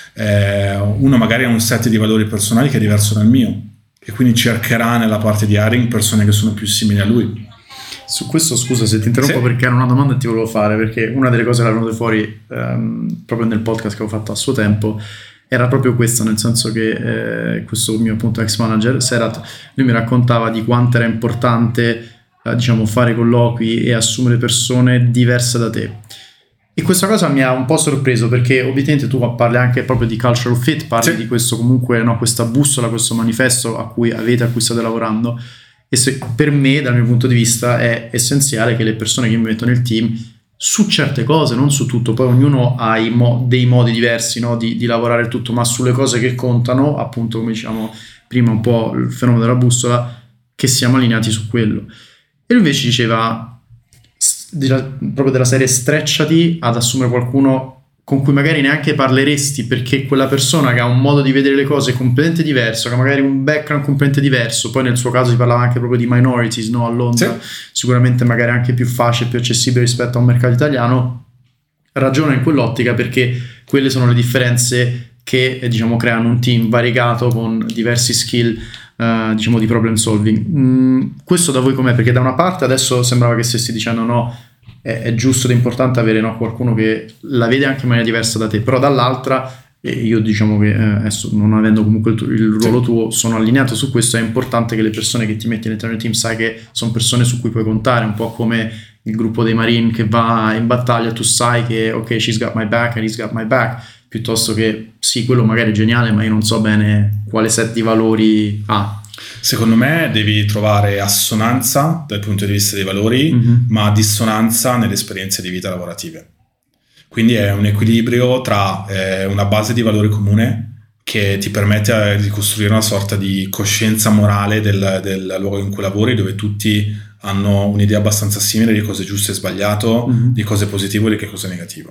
Eh, uno magari ha un set di valori personali che è diverso dal mio e quindi cercherà nella parte di hiring persone che sono più simili a lui. Su questo, scusa se ti interrompo, sì. Perché era una domanda che ti volevo fare, perché una delle cose che erano venute fuori ehm, proprio nel podcast che ho fatto a suo tempo era proprio questa, nel senso che eh, questo mio appunto ex manager Serat, lui mi raccontava di quanto era importante eh, diciamo fare colloqui e assumere persone diverse da te, e questa cosa mi ha un po' sorpreso, perché ovviamente tu parli anche proprio di cultural fit, parli sì. di questo comunque, no, questa bussola, questo manifesto a cui avete, a cui state lavorando. E se, per me, dal mio punto di vista, è essenziale che le persone che mi mettono nel team, su certe cose, non su tutto, poi ognuno ha i mo- dei modi diversi, no, di, di lavorare il tutto, ma sulle cose che contano, appunto come diciamo prima un po' il fenomeno della bussola, che siamo allineati su quello. E lui invece diceva della, proprio della serie: strecciati ad assumere qualcuno con cui magari neanche parleresti, perché quella persona che ha un modo di vedere le cose completamente diverso, che ha magari un background completamente diverso, poi nel suo caso si parlava anche proprio di minorities, no, a Londra, sì. Sicuramente magari anche più facile, più accessibile rispetto a un mercato italiano, ragiona in quell'ottica, perché quelle sono le differenze che eh, diciamo creano un team variegato con diversi skill eh, diciamo di problem solving. Mm, questo da voi com'è? Perché da una parte adesso sembrava che stessi dicendo no, è giusto ed importante avere, no, qualcuno che la vede anche in maniera diversa da te, però dall'altra, e io diciamo che eh, adesso non avendo comunque il, tu, il ruolo sì. tuo, sono allineato su questo. È importante che le persone che ti metti all'interno del team sai che sono persone su cui puoi contare, un po' come il gruppo dei Marine che va in battaglia, tu sai che ok, she's got my back and he's got my back, piuttosto che sì, quello magari è geniale ma io non so bene quale set di valori ha. Secondo me devi trovare assonanza dal punto di vista dei valori, mm-hmm. ma dissonanza nelle esperienze di vita lavorative. Quindi è un equilibrio tra eh, una base di valori comune che ti permette di costruire una sorta di coscienza morale del, del luogo in cui lavori, dove tutti hanno un'idea abbastanza simile di cosa è giusto e sbagliato, mm-hmm. di cosa è positivo e di che cosa è negativo.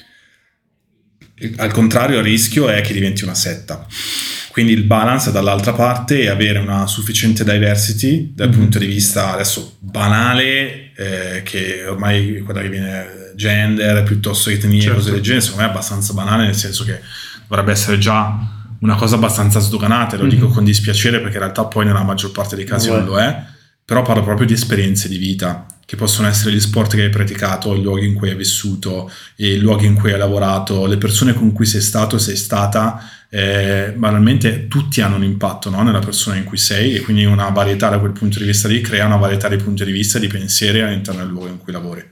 Al contrario, il rischio è che diventi una setta. Quindi il balance dall'altra parte è avere una sufficiente diversity dal mm-hmm. punto di vista adesso banale, eh, che ormai quella che viene gender piuttosto che etnie, certo. cose del genere, secondo me è abbastanza banale, nel senso che dovrebbe essere già una cosa abbastanza sdoganata, lo mm-hmm. dico con dispiacere perché in realtà poi nella maggior parte dei casi non lo è, però parlo proprio di esperienze di vita, che possono essere gli sport che hai praticato, i luoghi in cui hai vissuto, i luoghi in cui hai lavorato, le persone con cui sei stato, sei stata, eh, banalmente tutti hanno un impatto, no? Nella persona in cui sei, e quindi una varietà da quel punto di vista lì crea una varietà di punti di vista, di pensieri all'interno del luogo in cui lavori.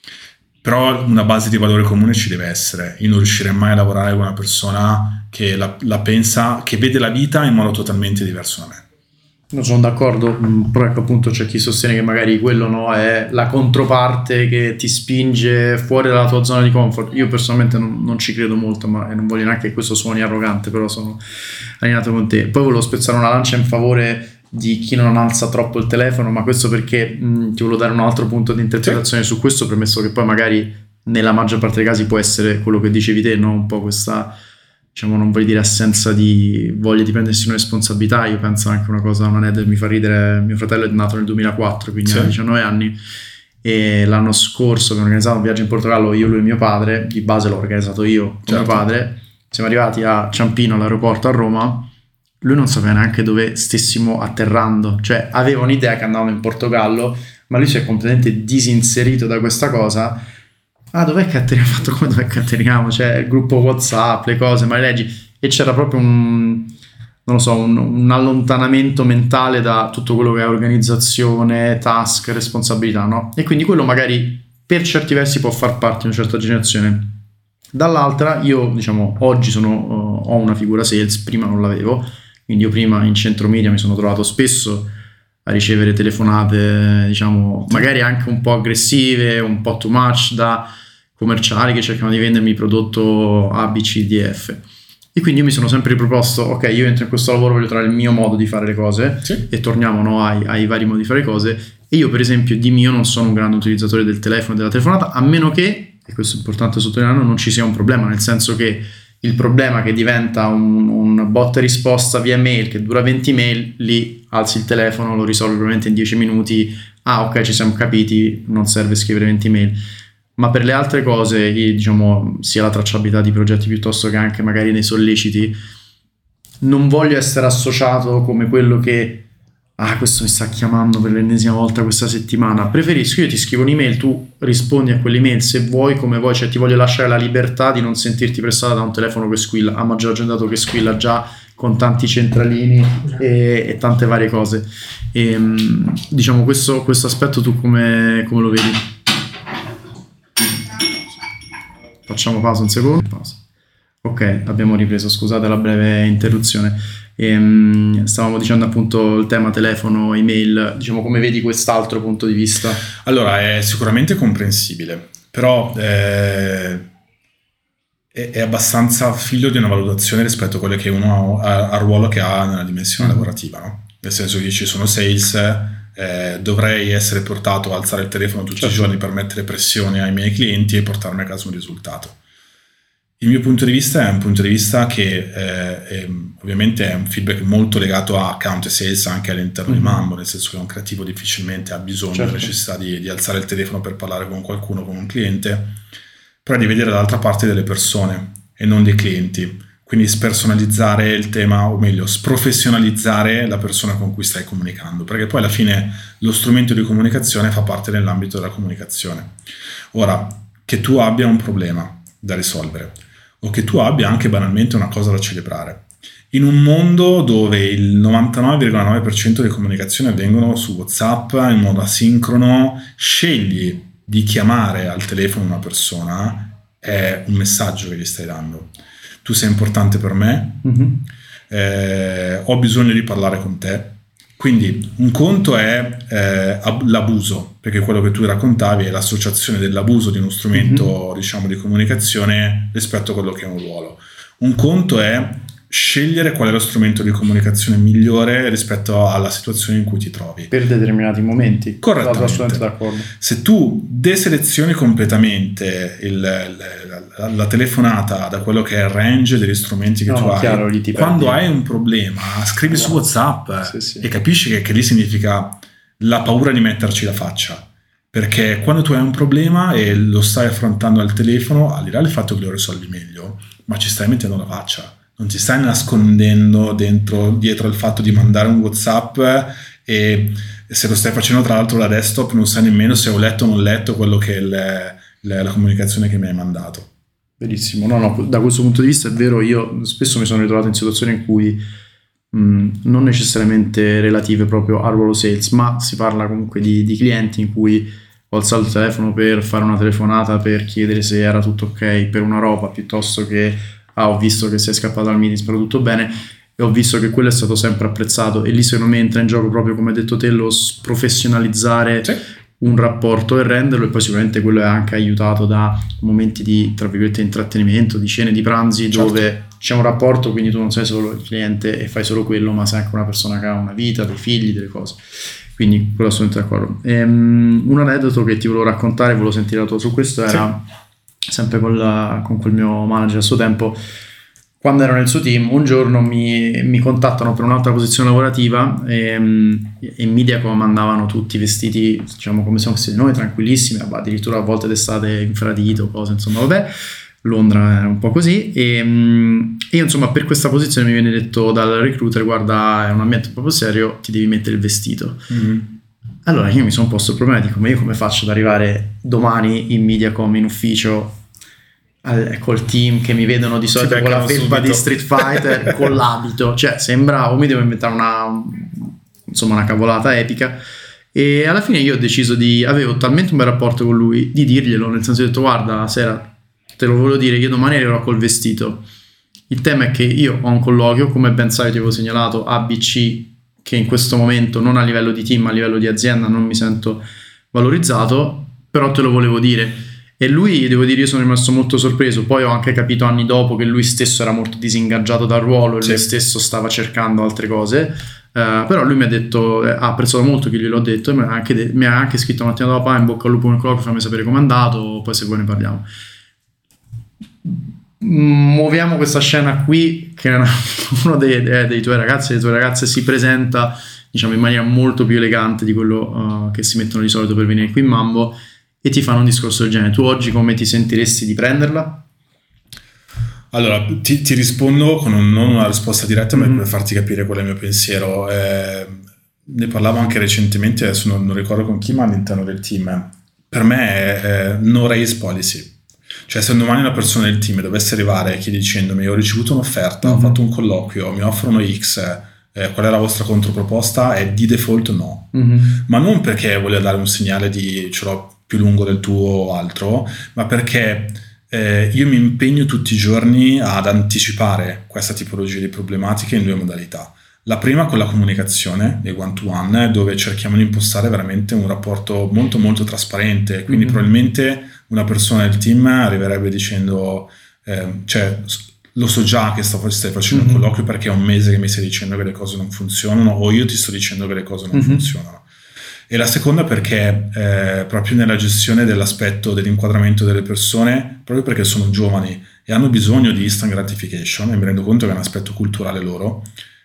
Però una base di valore comune ci deve essere. Io non riuscirei mai a lavorare con una persona che la, la pensa, che vede la vita in modo totalmente diverso da me. Non sono d'accordo, però ecco appunto c'è chi sostiene che magari quello, no, è la controparte che ti spinge fuori dalla tua zona di comfort. Io personalmente non, non ci credo molto, ma e non voglio neanche che questo suoni arrogante, però sono allineato con te. Poi volevo spezzare una lancia in favore di chi non alza troppo il telefono, ma questo perché mh, ti volevo dare un altro punto di interpretazione sì. su questo, premesso che poi magari nella maggior parte dei casi può essere quello che dicevi te, no? Un po' questa, diciamo, non voglio dire assenza di voglia di prendersi una responsabilità. Io penso anche una cosa, un aneddoto mi fa ridere, mio fratello è nato nel duemilaquattro, quindi sì. ha diciannove anni, e l'anno scorso abbiamo organizzato un viaggio in Portogallo, io, lui e mio padre, di base l'ho organizzato io con certo. mio padre, siamo arrivati a Ciampino, all'aeroporto a Roma, lui non sapeva neanche dove stessimo atterrando, cioè aveva un'idea che andavamo in Portogallo, ma lui si è completamente disinserito da questa cosa. Ah, dov'è che atterriamo? Fatto come dov'è che atterriamo? Cioè il gruppo WhatsApp, le cose, ma le leggi, e c'era proprio un, non lo so, un, un allontanamento mentale da tutto quello che è organizzazione, task, responsabilità, no? E quindi quello magari per certi versi può far parte di una certa generazione. Dall'altra io, diciamo, oggi sono, uh, ho una figura sales, prima non l'avevo, quindi io prima in centro media mi sono trovato spesso a ricevere telefonate, diciamo, magari anche un po' aggressive, un po' too much, da commerciali che cercano di vendermi il prodotto A, B, C, D, F. E quindi io mi sono sempre riproposto, ok, io entro in questo lavoro, voglio trovare il mio modo di fare le cose, sì. E torniamo, no, ai, ai vari modi di fare le cose. E io per esempio di mio non sono un grande utilizzatore del telefono e della telefonata, a meno che, e questo è importante sottolinearlo, non ci sia un problema, nel senso che il problema che diventa un, un botta e risposta via mail che dura venti mail, lì alzi il telefono, lo risolvi probabilmente in dieci minuti, ah ok, ci siamo capiti, non serve scrivere venti mail. Ma per le altre cose, diciamo, sia la tracciabilità di progetti piuttosto che anche magari nei solleciti, non voglio essere associato come quello che ah, questo mi sta chiamando per l'ennesima volta questa settimana. Preferisco, io ti scrivo un'email, tu rispondi a quell'email se vuoi, come vuoi, cioè ti voglio lasciare la libertà di non sentirti pressata da un telefono che squilla. A maggior ragione dato che squilla già con tanti centralini e, e tante varie cose. E, diciamo, questo, questo aspetto tu come, come lo vedi? Facciamo pausa un secondo. Pausa. Ok, abbiamo ripreso, scusate la breve interruzione. E, stavamo dicendo appunto il tema telefono, email, diciamo, come vedi quest'altro punto di vista? Allora, è sicuramente comprensibile, però eh, è, è abbastanza figlio di una valutazione rispetto a quello che uno ha, al ruolo che ha nella dimensione mm-hmm. lavorativa, no? Nel senso che ci sono sales, eh, dovrei essere portato a alzare il telefono tutti certo. i giorni per mettere pressione ai miei clienti e portarmi a casa un risultato. Il mio punto di vista è un punto di vista che eh, è, ovviamente è un feedback molto legato a account e sales anche all'interno mm-hmm. di Mambo, nel senso che un creativo difficilmente ha bisogno, certo. necessità di, di alzare il telefono per parlare con qualcuno, con un cliente, però di vedere dall'altra parte delle persone e non dei clienti. Quindi spersonalizzare il tema, o meglio, sprofessionalizzare la persona con cui stai comunicando, perché poi alla fine lo strumento di comunicazione fa parte dell'ambito della comunicazione. Ora, che tu abbia un problema da risolvere, o che tu abbia anche banalmente una cosa da celebrare, in un mondo dove il novantanove virgola nove per cento delle comunicazioni avvengono su WhatsApp in modo asincrono, scegli di chiamare al telefono una persona, è un messaggio che gli stai dando. Tu sei importante per me, mm-hmm. eh, ho bisogno di parlare con te. Quindi un conto è eh, l'abuso, perché quello che tu raccontavi è l'associazione dell'abuso di uno strumento mm-hmm. diciamo di comunicazione rispetto a quello che è un ruolo. Un conto è scegliere qual è lo strumento di comunicazione migliore rispetto alla situazione in cui ti trovi per determinati momenti. Correttamente. Sono assolutamente d'accordo. Se tu deselezioni completamente il, la, la telefonata da quello che è il range degli strumenti che no, tu hai, chiaro, quando perdi. Hai un problema scrivi no. su WhatsApp sì, sì. e capisci che, che lì significa la paura di metterci la faccia, perché quando tu hai un problema e lo stai affrontando al telefono, al di là del fatto che lo risolvi meglio, ma ci stai mettendo la faccia. Non ti stai nascondendo dentro, dietro il fatto di mandare un WhatsApp e se lo stai facendo tra l'altro da desktop non sai nemmeno se ho letto o non letto quello che è le, le, la comunicazione che mi hai mandato. Benissimo, no, no, da questo punto di vista è vero, io spesso mi sono ritrovato in situazioni in cui mh, non necessariamente relative proprio al ruolo sales, ma si parla comunque di, di clienti in cui ho alzato il telefono per fare una telefonata per chiedere se era tutto ok per una roba, piuttosto che ah, ho visto che sei scappato dal meeting, spero tutto bene, e ho visto che quello è stato sempre apprezzato, e lì secondo me entra in gioco proprio, come hai detto te, lo professionalizzare sì. un rapporto e renderlo, e poi sicuramente quello è anche aiutato da momenti di, tra virgolette, intrattenimento, di cene, di pranzi, certo. dove c'è un rapporto, quindi tu non sei solo il cliente e fai solo quello, ma sei anche una persona che ha una vita, dei figli, delle cose. Quindi quello assolutamente d'accordo. Ehm, un aneddoto che ti volevo raccontare, volevo sentire la tua su questo, era sì. sempre con, la, con quel mio manager a suo tempo, quando ero nel suo team, un giorno mi, mi contattano per un'altra posizione lavorativa e in Mediacom mandavano tutti vestiti, diciamo come siamo vestiti noi, tranquillissimi, addirittura a volte d'estate infradito, cose, insomma, vabbè, Londra è un po' così, e, e io insomma per questa posizione mi viene detto dal recruiter: guarda, è un ambiente proprio serio, ti devi mettere il vestito. Mm-hmm. Allora io mi sono posto il problema, dico, ma io come faccio ad arrivare domani in Mediacom in ufficio al, col team che mi vedono di solito con la felpa di Street Fighter con l'abito, cioè sembra, o mi devo inventare una insomma una cavolata epica. E alla fine io ho deciso di, avevo talmente un bel rapporto con lui, di dirglielo, nel senso, ho detto: guarda Sera, te lo voglio dire, io domani arriverò col vestito, il tema è che io ho un colloquio, come ben sai ti avevo segnalato, A B C, che in questo momento non a livello di team ma a livello di azienda non mi sento valorizzato, però te lo volevo dire. E lui, devo dire, io sono rimasto molto sorpreso. Poi ho anche capito anni dopo che lui stesso era molto disingaggiato dal ruolo e sì. lui stesso stava cercando altre cose. Uh, però lui mi ha detto, eh, ha apprezzato molto che gliel'ho detto, e mi ha anche, de- mi ha anche scritto la mattina dopo: ah, in bocca al lupo nel colloquio, fammi sapere com'è andato, poi se vuoi ne parliamo. Muoviamo questa scena qui, che uno dei, dei tuoi ragazzi, delle tue ragazze si presenta, diciamo, in maniera molto più elegante di quello uh, che si mettono di solito per venire qui in Mambo, e ti fanno un discorso del genere. Tu oggi come ti sentiresti di prenderla? Allora, ti, ti rispondo con un, non una risposta diretta, ma mm-hmm. per farti capire qual è il mio pensiero. Eh, ne parlavo anche recentemente, adesso non, non ricordo con chi, ma all'interno del team. Per me è eh, no raise policy. Cioè, se domani una persona del team dovesse arrivare chi dicendomi: ho ricevuto un'offerta, mm-hmm. ho fatto un colloquio, mi offrono X, eh, qual è la vostra controproposta? È di default no. Mm-hmm. Ma non perché voglio dare un segnale di ce l'ho più lungo del tuo o altro, ma perché eh, io mi impegno tutti i giorni ad anticipare questa tipologia di problematiche in due modalità. La prima con la comunicazione, dei one to one, dove cerchiamo di impostare veramente un rapporto molto molto trasparente, quindi mm-hmm. probabilmente una persona del team arriverebbe dicendo eh, cioè lo so già che sto, stai facendo mm-hmm. un colloquio perché è un mese che mi stai dicendo che le cose non funzionano, o io ti sto dicendo che le cose non mm-hmm. funzionano. E la seconda perché eh, proprio nella gestione dell'aspetto dell'inquadramento delle persone, proprio perché sono giovani e hanno bisogno di instant gratification, e mi rendo conto che è un aspetto culturale loro,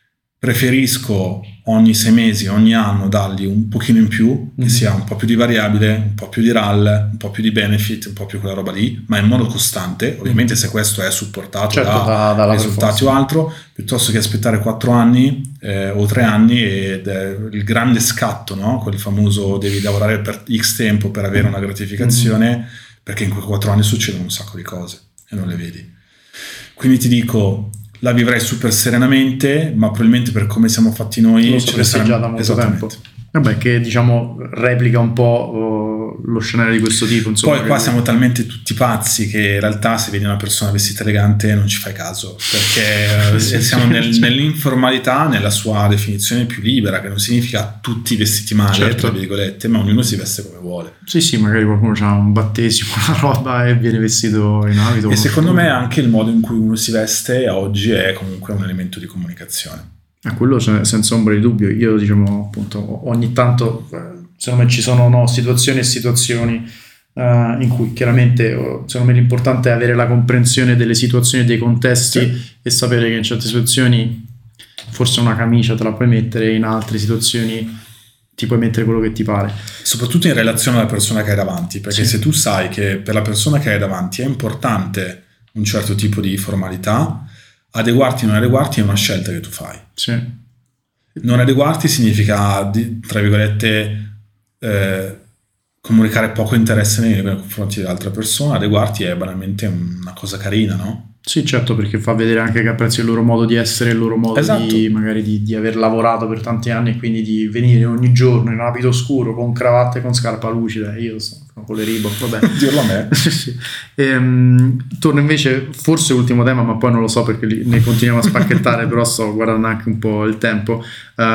preferisco ogni sei mesi, ogni anno dargli un pochino in più, che mm-hmm. sia un po' più di variabile, un po' più di R A L, un po' più di benefit, un po' più quella roba lì, ma in modo costante, ovviamente mm-hmm. se questo è supportato certo, da, da risultati o altro, piuttosto che aspettare quattro anni eh, o tre anni ed eh, il grande scatto, no? Quel famoso devi lavorare per X tempo per avere una gratificazione, mm-hmm. perché in quei quattro anni succedono un sacco di cose e non le vedi. Quindi ti dico, la vivrei super serenamente, ma probabilmente per come siamo fatti noi lo so, ce ne già da molto tempo. Vabbè, che diciamo replica un po' lo scenario di questo tipo, insomma. Poi qua siamo talmente tutti pazzi che in realtà se vedi una persona vestita elegante non ci fai caso, perché sì, siamo nel, certo. nell'informalità, nella sua definizione più libera, che non significa tutti vestiti male, certo. tra virgolette, ma ognuno si veste come vuole. Sì, sì, magari qualcuno ha un battesimo, una roba e viene vestito in abito. E secondo me anche il modo in cui uno si veste oggi è comunque un elemento di comunicazione. A quello senza ombra di dubbio. Io diciamo appunto ogni tanto secondo me ci sono no, situazioni e situazioni uh, in cui chiaramente secondo me l'importante è avere la comprensione delle situazioni e dei contesti, sì. e sapere che in certe situazioni forse una camicia te la puoi mettere, in altre situazioni ti puoi mettere quello che ti pare, soprattutto in relazione alla persona che hai davanti, perché sì. se tu sai che per la persona che hai davanti è importante un certo tipo di formalità, adeguarti o non adeguarti è una scelta che tu fai. Sì. Non adeguarti significa, tra virgolette, eh, comunicare poco interesse nei confronti dell'altra persona. Adeguarti è banalmente una cosa carina, no? Sì, certo, perché fa vedere anche che apprezzi il loro modo di essere, il loro modo esatto. di magari di, di aver lavorato per tanti anni, e quindi di venire ogni giorno in abito scuro con cravatta e con scarpa lucida. Io sono con le Reebok, vabbè. Dirlo a me. sì. e, um, torno invece, forse ultimo tema, ma poi non lo so perché li, ne continuiamo a spacchettare, però sto guardando anche un po' il tempo.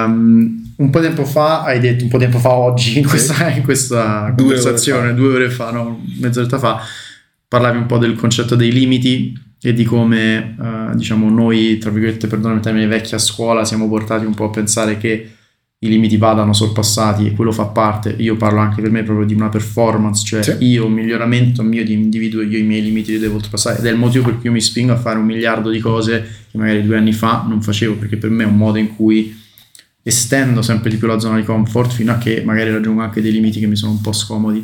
Um, un po' di tempo fa hai detto, un po' di tempo fa oggi in questa, in questa due conversazione, ore due ore fa, no, mezz'oretta fa, parlavi un po' del concetto dei limiti e di come uh, diciamo noi, tra virgolette, perdonami il termine, vecchi a scuola, siamo portati un po' a pensare che i limiti vadano sorpassati, e quello fa parte, io parlo anche per me proprio di una performance, cioè sì. io un miglioramento mio di individuo, io i miei limiti li devo oltrepassare, ed è il motivo per cui io mi spingo a fare un miliardo di cose che magari due anni fa non facevo, perché per me è un modo in cui estendo sempre di più la zona di comfort fino a che magari raggiungo anche dei limiti che mi sono un po' scomodi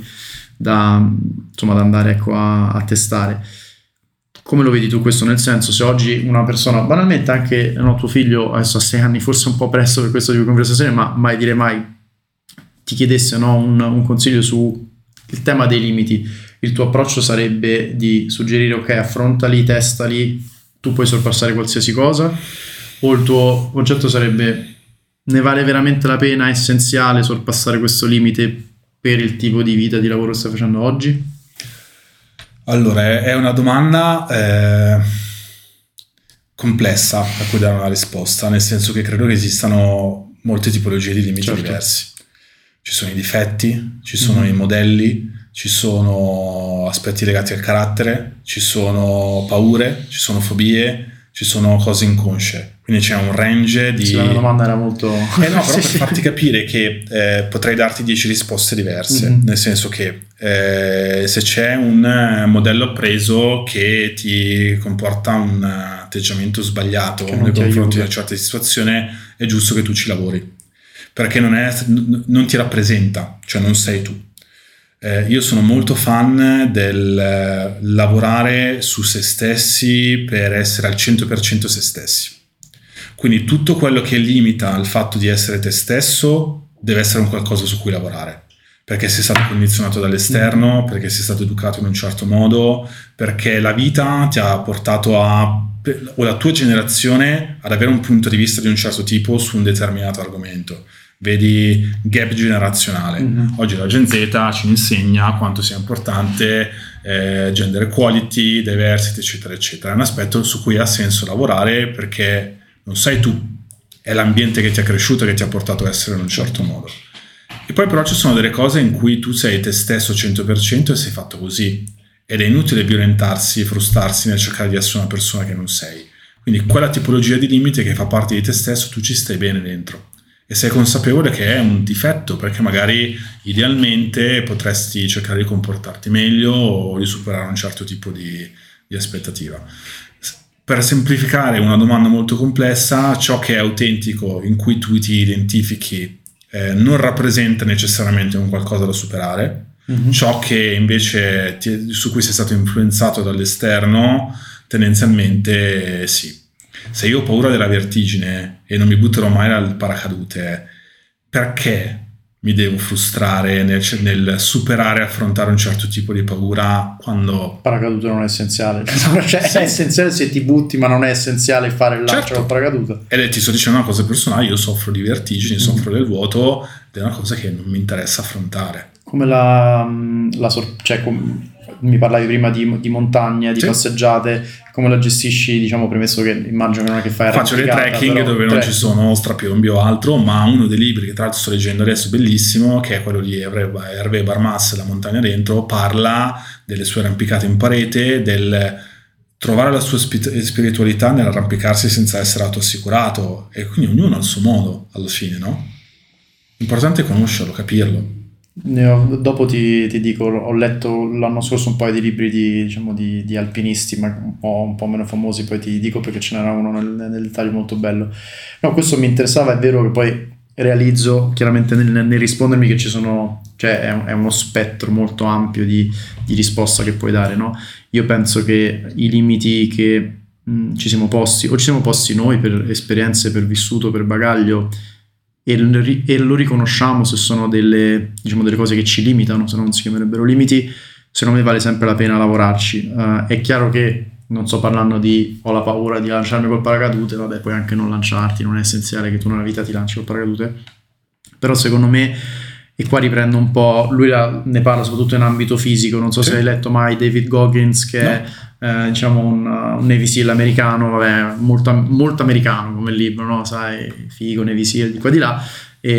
da, insomma, da andare ecco a, a testare. Come lo vedi tu questo? Nel senso, se oggi una persona, banalmente anche no, tuo figlio adesso ha sei anni, forse un po' presto per questo tipo di conversazione, ma mai dire mai, ti chiedesse no, un, un consiglio su il tema dei limiti, il tuo approccio sarebbe di suggerire ok, affrontali, testali, tu puoi sorpassare qualsiasi cosa, o il tuo concetto sarebbe ne vale veramente la pena, è essenziale sorpassare questo limite per il tipo di vita, di lavoro che stai facendo oggi? Allora, è una domanda eh, complessa a cui dare una risposta, nel senso che credo che esistano molte tipologie di limiti certo. diversi. Ci sono i difetti, ci sono mm-hmm. i modelli, ci sono aspetti legati al carattere, ci sono paure, ci sono fobie, ci sono cose inconsce, quindi c'è un range di... Sì, la mia domanda era molto... Eh no, però per farti capire che eh, potrei darti dieci risposte diverse, mm-hmm. nel senso che eh, se c'è un modello appreso che ti comporta un atteggiamento sbagliato nei confronti di una certa situazione, è giusto che tu ci lavori, perché non, è, non ti rappresenta, cioè non sei tu. Eh, io sono molto fan del eh, lavorare su se stessi per essere al cento per cento se stessi. Quindi tutto quello che limita il fatto di essere te stesso deve essere un qualcosa su cui lavorare, perché sei stato condizionato dall'esterno, perché sei stato educato in un certo modo, perché la vita ti ha portato a, o la tua generazione, ad avere un punto di vista di un certo tipo su un determinato argomento. Vedi gap generazionale. Mm-hmm. Oggi la Gen Z ci insegna quanto sia importante eh, gender equality, diversity, eccetera eccetera. È un aspetto su cui ha senso lavorare, perché non sei tu, è l'ambiente che ti ha cresciuto, che ti ha portato a essere in un certo modo. E poi però ci sono delle cose in cui tu sei te stesso cento per cento e sei fatto così, ed è inutile violentarsi e frustrarsi nel cercare di essere una persona che non sei. Quindi quella tipologia di limite che fa parte di te stesso, tu ci stai bene dentro e sei consapevole che è un difetto, perché magari idealmente potresti cercare di comportarti meglio o di superare un certo tipo di, di aspettativa. Per semplificare una domanda molto complessa, ciò che è autentico, in cui tu ti identifichi, eh, non rappresenta necessariamente un qualcosa da superare. Mm-hmm. Ciò che invece ti, su cui sei stato influenzato dall'esterno, tendenzialmente sì. Se io ho paura della vertigine e non mi butterò mai dal paracadute, perché mi devo frustrare nel, nel superare e affrontare un certo tipo di paura quando... Paracadute non è essenziale, cioè sì. È essenziale se ti butti, ma non è essenziale fare il lancio certo. col paracadute. E ti sto dicendo una cosa personale, io soffro di vertigini, mm. soffro del vuoto, ed è una cosa che non mi interessa affrontare. Come la... la sor- cioè com- mi parlavi prima di, di montagne, di sì. passeggiate, come la gestisci, diciamo, premesso che immagino che non è che fai faccio dei trekking dove trekking. non ci sono strapiombi o altro, ma uno dei libri che tra l'altro sto leggendo adesso bellissimo, che è quello di Hervé Barmas, La montagna dentro, parla delle sue arrampicate in parete, del trovare la sua spiritualità nell'arrampicarsi senza essere autoassicurato, e quindi ognuno ha il suo modo alla fine, no? L'importante è conoscerlo, capirlo. Ho, dopo ti, ti dico, ho letto l'anno scorso un paio di libri di, diciamo, di, di alpinisti, ma un po', un po' meno famosi, poi ti dico perché ce n'era uno nel, nel dettaglio molto bello. No, questo mi interessava, è vero che poi realizzo chiaramente nel, nel rispondermi che ci sono, cioè è, è uno spettro molto ampio di, di risposta che puoi dare, no? Io penso che i limiti che mh, ci siamo posti, o ci siamo posti noi per esperienze, per vissuto, per bagaglio, e lo riconosciamo se sono delle, diciamo, delle cose che ci limitano, se no non si chiamerebbero limiti, secondo me vale sempre la pena lavorarci. Uh, è chiaro che non sto parlando di ho la paura di lanciarmi col paracadute, vabbè, puoi anche non lanciarti, non è essenziale che tu nella vita ti lanci col paracadute, però secondo me, e qua riprendo un po', lui la, ne parla soprattutto in ambito fisico, non so sì. se hai letto mai David Goggins, che no. è eh, diciamo un, un Navy SEAL americano, vabbè, molto, molto americano come libro, no? Sai, figo, Navy SEAL di qua di là, e,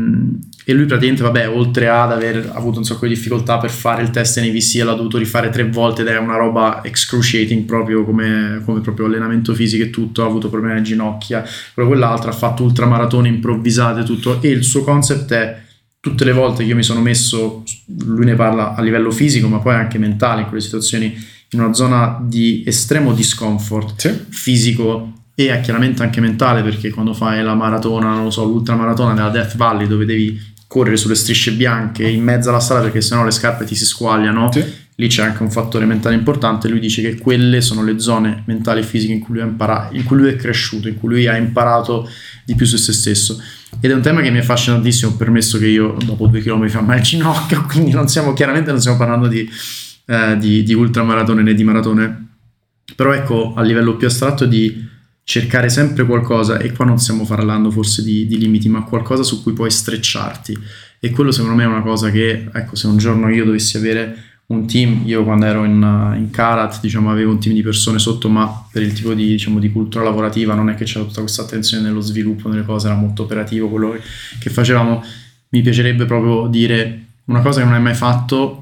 e lui praticamente, vabbè, oltre ad aver avuto un sacco di difficoltà per fare il test Navy SEAL, l'ha dovuto rifare tre volte ed è una roba excruciating proprio come, come proprio allenamento fisico e tutto, ha avuto problemi alle ginocchia, quello quell'altro, ha fatto ultramaratone improvvisate, tutto, e il suo concept è: tutte le volte che io mi sono messo, lui ne parla a livello fisico ma poi anche mentale, in quelle situazioni, in una zona di estremo discomfort sì. fisico e chiaramente anche mentale, perché quando fai la maratona, non lo so, l'ultramaratona nella Death Valley, dove devi correre sulle strisce bianche in mezzo alla strada perché sennò le scarpe ti si squagliano, sì. lì c'è anche un fattore mentale importante. Lui dice che quelle sono le zone mentali e fisiche in cui lui ha imparato, in cui lui è cresciuto, in cui lui ha imparato di più su se stesso, ed è un tema che mi affascina tantissimo, permesso che io dopo due chilometri fa male al ginocchio, quindi non siamo, chiaramente non stiamo parlando di, eh, di, di ultramaratone né di maratone, però ecco, a livello più astratto, di cercare sempre qualcosa, e qua non stiamo parlando forse di, di limiti, ma qualcosa su cui puoi strecciarti, e quello secondo me è una cosa che, ecco, se un giorno io dovessi avere un team, io quando ero in, in Karat, diciamo, avevo un team di persone sotto, ma per il tipo di, diciamo, di cultura lavorativa non è che c'era tutta questa attenzione nello sviluppo, nelle cose, era molto operativo quello che facevamo. Mi piacerebbe proprio dire una cosa che non hai mai fatto,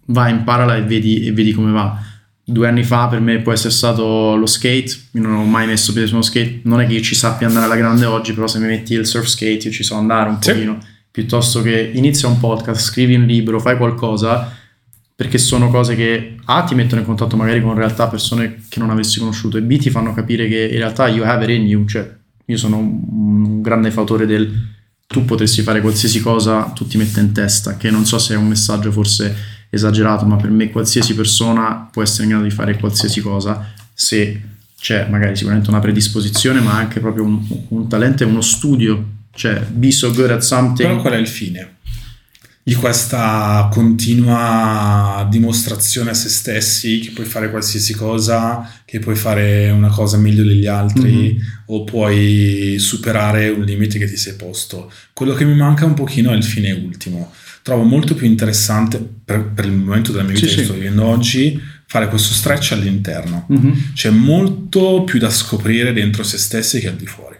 vai, imparala e vedi, e vedi come va. Due anni fa per me può essere stato lo skate, io non ho mai messo piede su uno skate, non è che io ci sappia andare alla grande oggi, però se mi metti il surf skate io ci so andare un sì. pochino, piuttosto che inizia un podcast, scrivi un libro, fai qualcosa, perché sono cose che A ti mettono in contatto magari con realtà, persone che non avresti conosciuto, e B ti fanno capire che in realtà you have it in you, cioè io sono un grande fautore del tu potresti fare qualsiasi cosa, tu ti mette in testa, che non so se è un messaggio forse esagerato, ma per me qualsiasi persona può essere in grado di fare qualsiasi cosa se c'è magari sicuramente una predisposizione, ma anche proprio un, un talento e uno studio, cioè be so good at something. Però qual è il fine di questa continua dimostrazione a se stessi che puoi fare qualsiasi cosa, che puoi fare una cosa meglio degli altri, mm-hmm. o puoi superare un limite che ti sei posto? Quello che mi manca un pochino è il fine ultimo. Trovo molto più interessante per, per il momento della mia vita sì, che sì. sto vivendo oggi fare questo stretch all'interno. Mm-hmm. C'è molto più da scoprire dentro se stessi che al di fuori.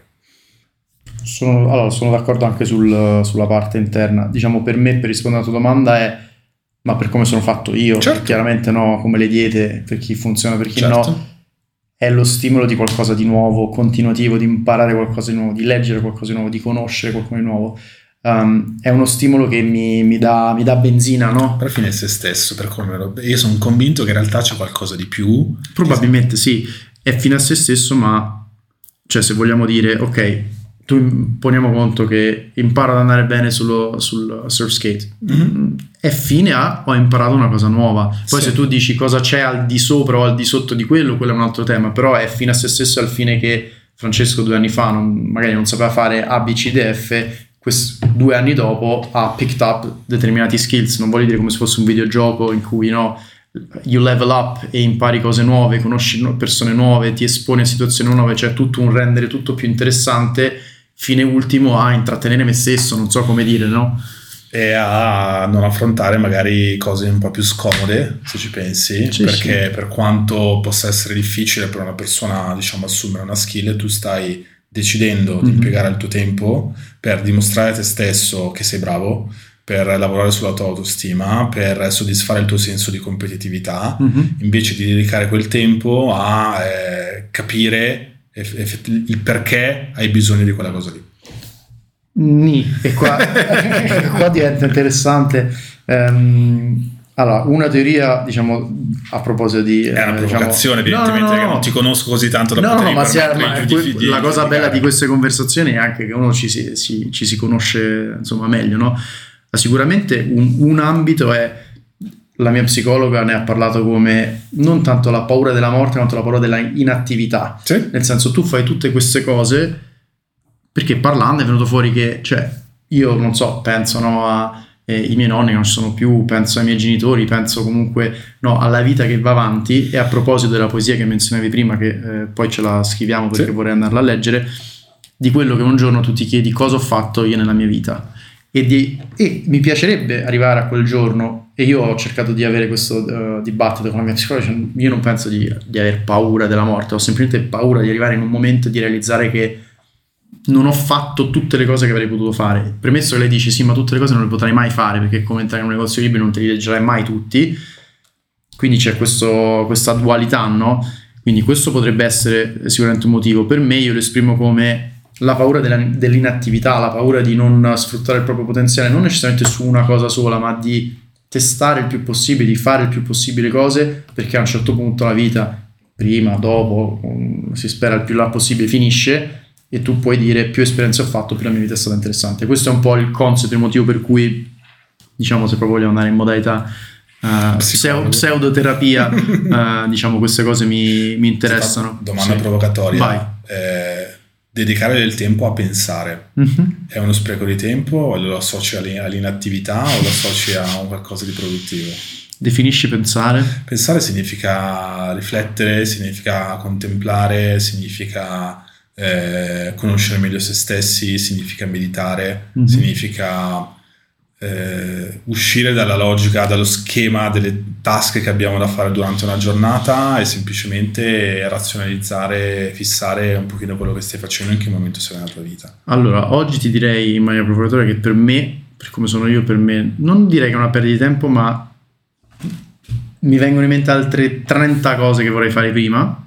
Sono, allora, sono d'accordo anche sul, sulla parte interna. Diciamo, per me, per rispondere alla tua domanda, è ma per come sono fatto io, certo. chiaramente no, come le diete, per chi funziona, per chi certo. no, è lo stimolo di qualcosa di nuovo, continuativo, di imparare qualcosa di nuovo, di leggere qualcosa di nuovo, di conoscere qualcosa di nuovo. Um, è uno stimolo che mi, mi, dà, mi dà benzina, no? Per fine se stesso, per come lo... io sono convinto che in realtà c'è qualcosa di più. Probabilmente sì, è fine a se stesso, ma cioè se vogliamo dire ok, tu poniamo conto che imparo ad andare bene sullo, sul surf skate, mm-hmm. è fine a ho imparato una cosa nuova. Poi sì. se tu dici cosa c'è al di sopra o al di sotto di quello, quello è un altro tema, però è fine a se stesso al fine che Francesco due anni fa non, magari non sapeva fare A, B, C, D, F. Quest, due anni dopo ha picked up determinati skills. Non voglio dire come se fosse un videogioco in cui no, you level up e impari cose nuove, conosci persone nuove, ti esponi a situazioni nuove, cioè tutto un rendere tutto più interessante, fine ultimo a intrattenere me stesso, non so come dire, no? E a non affrontare magari cose un po' più scomode, se ci pensi, sì, perché sì. per quanto possa essere difficile per una persona, diciamo, assumere una skill, tu stai decidendo mm-hmm. di impiegare il tuo tempo per dimostrare a te stesso che sei bravo, per lavorare sulla tua autostima, per soddisfare il tuo senso di competitività, mm-hmm. invece di dedicare quel tempo a eh, capire eff- il perché hai bisogno di quella cosa lì. Ni, e qua, qua diventa interessante. Um, allora, una teoria, diciamo, a proposito di... È una provocazione, diciamo, evidentemente, no, no, no, che non ti conosco così tanto da no, poter no, ma, sia, ma que- di, la cosa di bella di queste conversazioni è anche che uno ci si, si, ci si conosce, insomma, meglio, no? Ma sicuramente un, un ambito è... La mia psicologa ne ha parlato come non tanto la paura della morte quanto la paura della inattività. Sì. Nel senso, tu fai tutte queste cose perché parlando è venuto fuori che, cioè, io non so, penso no, a eh, i miei nonni che non ci sono più, penso ai miei genitori, penso comunque no, alla vita che va avanti. E a proposito della poesia che menzionavi prima, che eh, poi ce la scriviamo perché sì. vorrei andarla a leggere, di quello che un giorno tu ti chiedi cosa ho fatto io nella mia vita. E, di, e mi piacerebbe arrivare a quel giorno, e io ho cercato di avere questo uh, dibattito con la mia psicologa, cioè, io non penso di, di aver paura della morte, ho semplicemente paura di arrivare in un momento e di realizzare che non ho fatto tutte le cose che avrei potuto fare. Premesso che lei dice sì, ma tutte le cose non le potrai mai fare, perché come entrare in un negozio libri non te li leggerai mai tutti, quindi c'è questo, questa dualità, no? Quindi questo potrebbe essere sicuramente un motivo. Per me io lo esprimo come la paura della, dell'inattività, la paura di non sfruttare il proprio potenziale, non necessariamente su una cosa sola, ma di testare il più possibile, di fare il più possibile cose, perché a un certo punto la vita, prima, dopo, si spera il più là possibile, finisce e tu puoi dire più esperienze ho fatto, più la mia vita è stata interessante. Questo è un po' il concept, il motivo per cui, diciamo, se proprio vogliamo andare in modalità uh, pseu- pseudoterapia, uh, diciamo, queste cose mi, mi interessano. Domanda sì. provocatoria. Vai. Eh, dedicare del tempo a pensare mm-hmm. è uno spreco di tempo o lo associ all'inattività o lo associ a qualcosa di produttivo? Definisci pensare? Pensare significa riflettere, significa contemplare, significa eh, conoscere meglio se stessi, significa meditare, mm-hmm. significa eh, uscire dalla logica, dallo schema delle task che abbiamo da fare durante una giornata e semplicemente razionalizzare, fissare un pochino quello che stai facendo, in che momento sei nella tua vita. Allora, oggi ti direi in maniera provocatoria che per me, per come sono io, per me non direi che è una perdita di tempo, ma mi vengono in mente altre trenta cose che vorrei fare prima.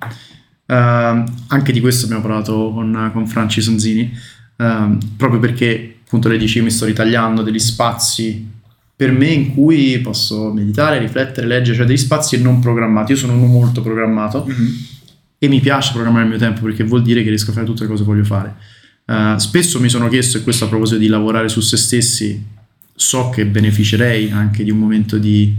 Uh, anche di questo abbiamo parlato con, con Franci Sonzini, uh, proprio perché appunto lei dice io mi sto ritagliando degli spazi per me in cui posso meditare, riflettere, leggere, cioè degli spazi non programmati. Io sono uno molto programmato, mm-hmm. e mi piace programmare il mio tempo perché vuol dire che riesco a fare tutte le cose che voglio fare. Uh, spesso mi sono chiesto, e questo a proposito di lavorare su se stessi, so che beneficerei anche di un momento di,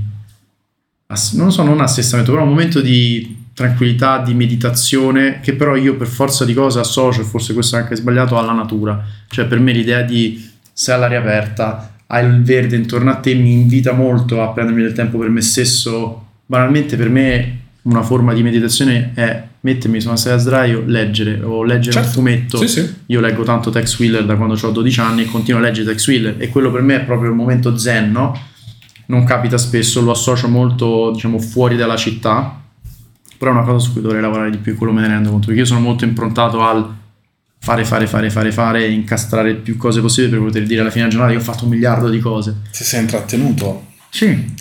non so, non assestamento, però un momento di tranquillità, di meditazione, che però io per forza di cosa associo, e forse questo è anche sbagliato, alla natura. Cioè per me l'idea di sei all'aria aperta, hai il verde intorno a te, mi invita molto a prendermi del tempo per me stesso. Banalmente per me una forma di meditazione è mettermi su una sedia a sdraio, leggere o leggere, certo, un fumetto. Sì, sì. Io leggo tanto Tex Willer da quando ho dodici anni e continuo a leggere Tex Willer, e quello per me è proprio il momento zen, no? Non capita spesso, lo associo molto, diciamo, fuori dalla città, però è una cosa su cui dovrei lavorare di più, quello me ne rendo conto, perché io sono molto improntato al fare, fare, fare, fare, fare, incastrare il più cose possibile per poter dire alla fine della giornata che ho fatto un miliardo di cose. Se sei intrattenuto. Sì.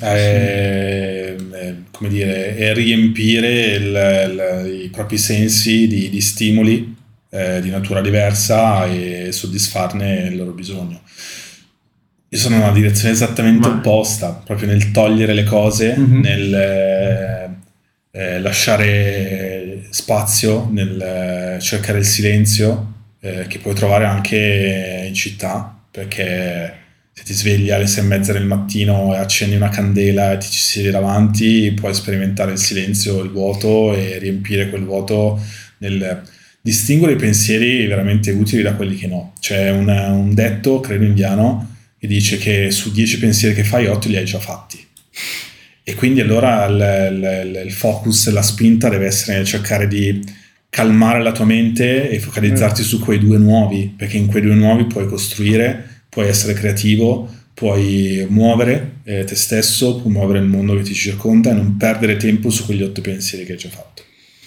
È, è, come dire, è riempire il, il, i propri sensi di, di stimoli eh, di natura diversa e soddisfarne il loro bisogno. Io sono in una direzione esattamente Ma... opposta, proprio nel togliere le cose, mm-hmm. nel eh, eh, lasciare spazio, nel eh, cercare il silenzio eh, che puoi trovare anche in città, perché se ti svegli alle sei e mezza del mattino e accendi una candela e ti ci siedi davanti, puoi sperimentare il silenzio, il vuoto, e riempire quel vuoto nel distinguere i pensieri veramente utili da quelli che no. C'è un, un detto, credo indiano, che dice che su dieci pensieri che fai, otto li hai già fatti. E quindi allora il, il, il focus, la spinta deve essere nel cercare di calmare la tua mente e focalizzarti mm. su quei due nuovi, perché in quei due nuovi puoi costruire, puoi essere creativo, puoi muovere eh, te stesso, puoi muovere il mondo che ti circonda e non perdere tempo su quegli otto pensieri che hai già fatto.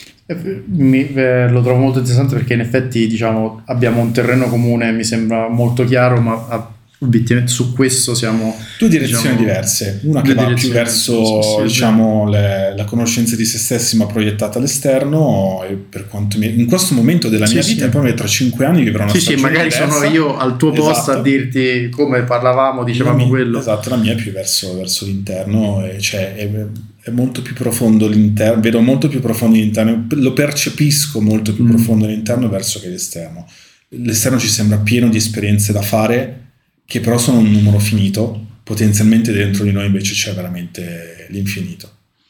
Mi, eh, lo trovo molto interessante perché in effetti, diciamo, abbiamo un terreno comune, mi sembra molto chiaro, ma a, obiettivamente su questo siamo due direzioni, diciamo, diverse, una che va più verso sì, sì, diciamo le, la conoscenza di se stessi ma proiettata all'esterno, e per quanto mi, in questo momento della mia sì, vita, sì. poi tra cinque anni vivrò una sì, stagione sì, magari diversa. Sono io al tuo esatto. posto a dirti come parlavamo, dicevamo mia, quello esatto, la mia è più verso, verso l'interno, e cioè è, è molto più profondo l'interno, vedo molto più profondo l'interno, lo percepisco molto più mm. profondo l'interno verso che l'esterno. L'esterno ci sembra pieno di esperienze da fare, che però sono un numero finito. Potenzialmente dentro di noi invece c'è veramente l'infinito.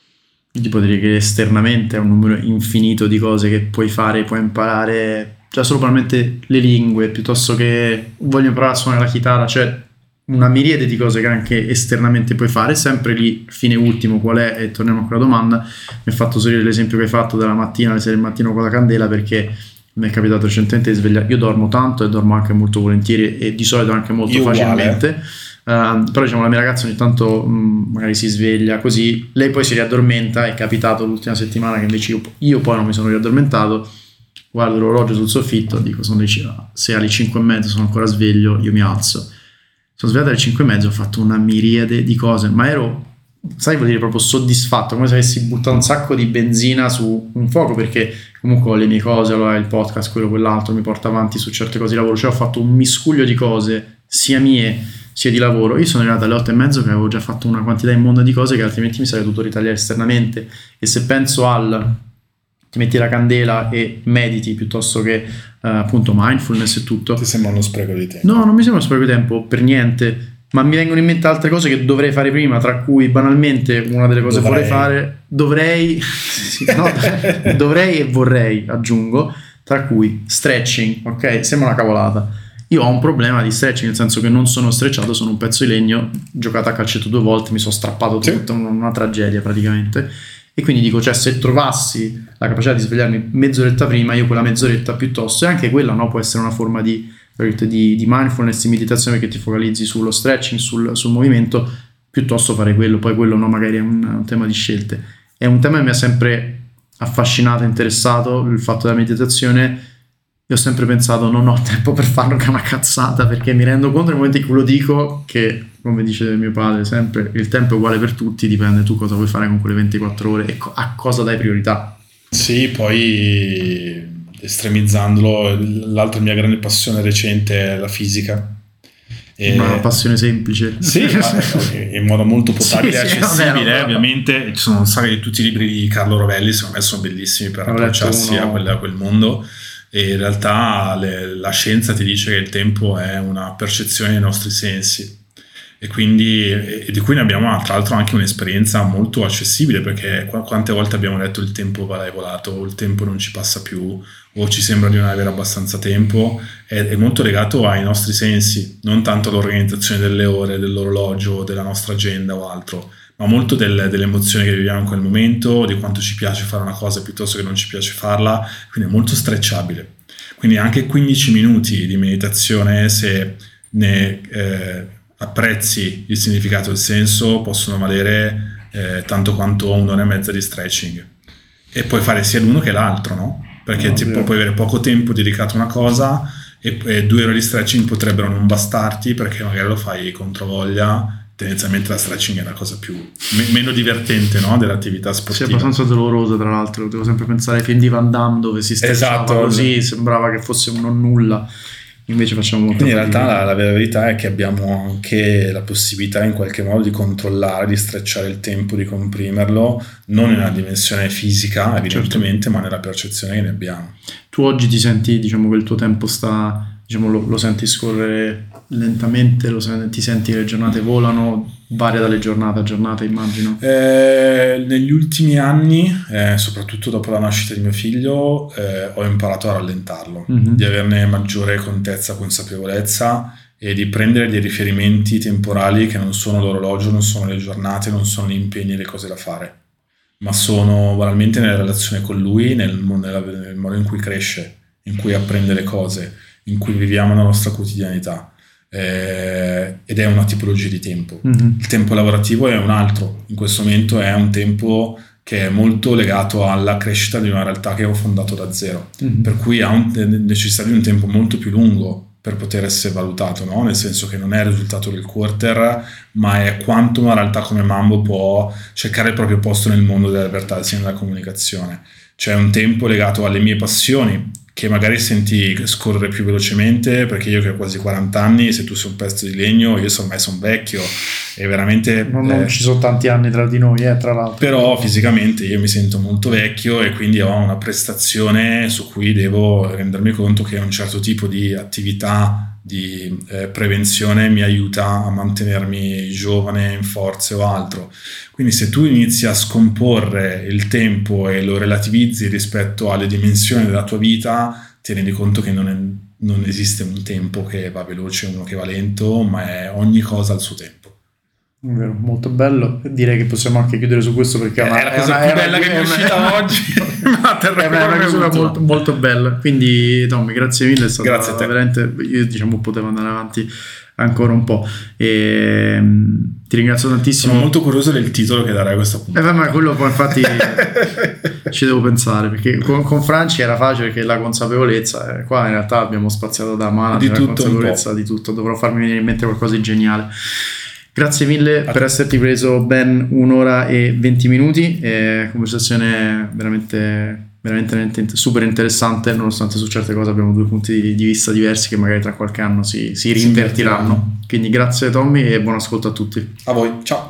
Ti può dire che esternamente è un numero infinito di cose che puoi fare, puoi imparare, già solo probabilmente le lingue, piuttosto che voglio imparare a suonare la chitarra, cioè una miriade di cose che anche esternamente puoi fare. Sempre lì, fine ultimo, qual è? E torniamo a quella domanda. Mi ha fatto sorridere l'esempio che hai fatto della mattina, alle sei del mattino con la candela, perché mi è capitato recentemente di svegliare. Io dormo tanto e dormo anche molto volentieri e di solito anche molto Io facilmente uh, però diciamo la mia ragazza ogni tanto mh, magari si sveglia così, lei poi si riaddormenta. È capitato l'ultima settimana che invece io, io poi non mi sono riaddormentato, guardo l'orologio sul soffitto, dico sono le, se alle cinque e mezzo sono ancora sveglio, io mi alzo. Sono svegliato alle cinque e mezzo, ho fatto una miriade di cose, ma ero, sai, vuol dire proprio soddisfatto, come se avessi buttato un sacco di benzina su un fuoco, perché comunque ho le mie cose, allora il podcast, quello, quell'altro, mi porta avanti su certe cose di lavoro, cioè ho fatto un miscuglio di cose, sia mie sia di lavoro. Io sono arrivato alle otto e mezzo che avevo già fatto una quantità immonda di cose che altrimenti mi sarei dovuto ritagliare esternamente. E se penso al ti metti la candela e mediti piuttosto che uh, appunto mindfulness e tutto, ti sembra uno spreco di tempo? No, non mi sembra uno spreco di tempo per niente, ma mi vengono in mente altre cose che dovrei fare prima, tra cui banalmente una delle cose che vorrei fare, dovrei sì, no, dovrei e vorrei, aggiungo, tra cui stretching, ok? Sembra una cavolata. Io ho un problema di stretching, nel senso che non sono strecciato, sono un pezzo di legno, giocato a calcetto due volte, mi sono strappato tutto, sì. una tragedia praticamente. E quindi dico, cioè, se trovassi la capacità di svegliarmi mezz'oretta prima, io quella mezz'oretta piuttosto, e anche quella, no, può essere una forma di, di, di mindfulness, di meditazione, perché ti focalizzi sullo stretching, sul, sul movimento, piuttosto fare quello. Poi quello, no, magari è un, un tema di scelte. È un tema che mi ha sempre affascinato, interessato, il fatto della meditazione, io ho sempre pensato non ho tempo per farlo, che è una cazzata, perché mi rendo conto nel momento in cui lo dico che, come dice mio padre sempre, il tempo è uguale per tutti, dipende tu cosa vuoi fare con quelle ventiquattro ore e a cosa dai priorità. Sì, poi estremizzandolo, l'altra mia grande passione recente è la fisica. E... una passione semplice, sì, in modo molto potabile e sì, accessibile. sì, vabbè, ovviamente ci sono un sacco di tutti i libri di Carlo Rovelli, secondo me sono bellissimi per approcciarsi a quel, a quel mondo, e in realtà le, la scienza ti dice che il tempo è una percezione dei nostri sensi, e quindi e di cui ne abbiamo tra l'altro anche un'esperienza molto accessibile, perché quante volte abbiamo detto il tempo va, è volato, o il tempo non ci passa più, o ci sembra di non avere abbastanza tempo. È, è molto legato ai nostri sensi, non tanto all'organizzazione delle ore, dell'orologio, della nostra agenda o altro, ma molto del, delle emozioni che viviamo in quel momento, di quanto ci piace fare una cosa piuttosto che non ci piace farla, quindi è molto stretchabile. Quindi anche quindici minuti di meditazione, se ne eh, apprezzi il significato e il senso, possono valere eh, tanto quanto un'ora e mezza di stretching, e puoi fare sia l'uno che l'altro, no? Perché no, tipo, puoi avere poco tempo dedicato a una cosa e, e due ore di stretching potrebbero non bastarti, perché magari lo fai controvoglia. Tendenzialmente la stretching è la cosa più me, meno divertente, no? Dell'attività sportiva. Sì, abbastanza dolorosa, tra l'altro. Devo sempre pensare ai film di Van Damme dove si strecciava esatto, così, sembrava che fosse un non nulla. Invece facciamo molto. Quindi in realtà la, la vera verità è che abbiamo anche la possibilità in qualche modo di controllare, di strecciare il tempo, di comprimerlo, non nella dimensione fisica evidentemente, certo, ma nella percezione che ne abbiamo. Tu oggi ti senti, diciamo, che il tuo tempo sta, diciamo, lo, lo senti scorrere lentamente, lo senti, ti senti che le giornate volano, varia dalle giornate a giornate, immagino? Eh, negli ultimi anni, eh, soprattutto dopo la nascita di mio figlio, eh, ho imparato a rallentarlo, mm-hmm. di averne maggiore contezza, consapevolezza, e di prendere dei riferimenti temporali che non sono l'orologio, non sono le giornate, non sono gli impegni e le cose da fare, ma sono veramente nella relazione con lui, nel, nella, nel modo in cui cresce, in cui apprende le cose, in cui viviamo la nostra quotidianità. Eh, ed è una tipologia di tempo. Mm-hmm. Il tempo lavorativo è un altro, in questo momento è un tempo che è molto legato alla crescita di una realtà che ho fondato da zero, mm-hmm. per cui ha un, necessità di un tempo molto più lungo per poter essere valutato, no? Nel senso che non è il risultato del quarter, ma è quanto una realtà come Mambo può cercare il proprio posto nel mondo dell'advertising e della comunicazione. C'è un tempo legato alle mie passioni, che magari senti scorrere più velocemente, perché io che ho quasi quaranta anni, se tu sei un pezzo di legno, io ormai sono vecchio e veramente non, non eh, ci sono tanti anni tra di noi, eh, tra l'altro, però fisicamente io mi sento molto vecchio, e quindi ho una prestazione su cui devo rendermi conto che un certo tipo di attività di eh, prevenzione mi aiuta a mantenermi giovane, in forze o altro. Quindi se tu inizi a scomporre il tempo e lo relativizzi rispetto alle dimensioni della tua vita, ti rendi conto che non, è, non esiste un tempo che va veloce e uno che va lento, ma è ogni cosa al suo tempo. Vero, molto bello. Direi che possiamo anche chiudere su questo, perché è, è la cosa più bella che mi è uscita oggi. Ma è una cosa molto, molto bella. Quindi Tommy, grazie mille, è stato grazie a te. Veramente, io diciamo potevo andare avanti ancora un po', e ti ringrazio tantissimo. Sono molto curioso del titolo che darai a questa puntata. Eh, ma quello poi infatti ci devo pensare, perché con, con Franci era facile, che la consapevolezza, eh, qua in realtà abbiamo spaziato da mano di la tutto, consapevolezza di tutto. Dovrò farmi venire in mente qualcosa di geniale. Grazie mille per esserti preso ben un'ora e venti minuti, eh, conversazione veramente, veramente super interessante, nonostante su certe cose abbiamo due punti di vista diversi che magari tra qualche anno si, si rinvertiranno. Quindi grazie Tommy e buon ascolto a tutti. A voi, ciao.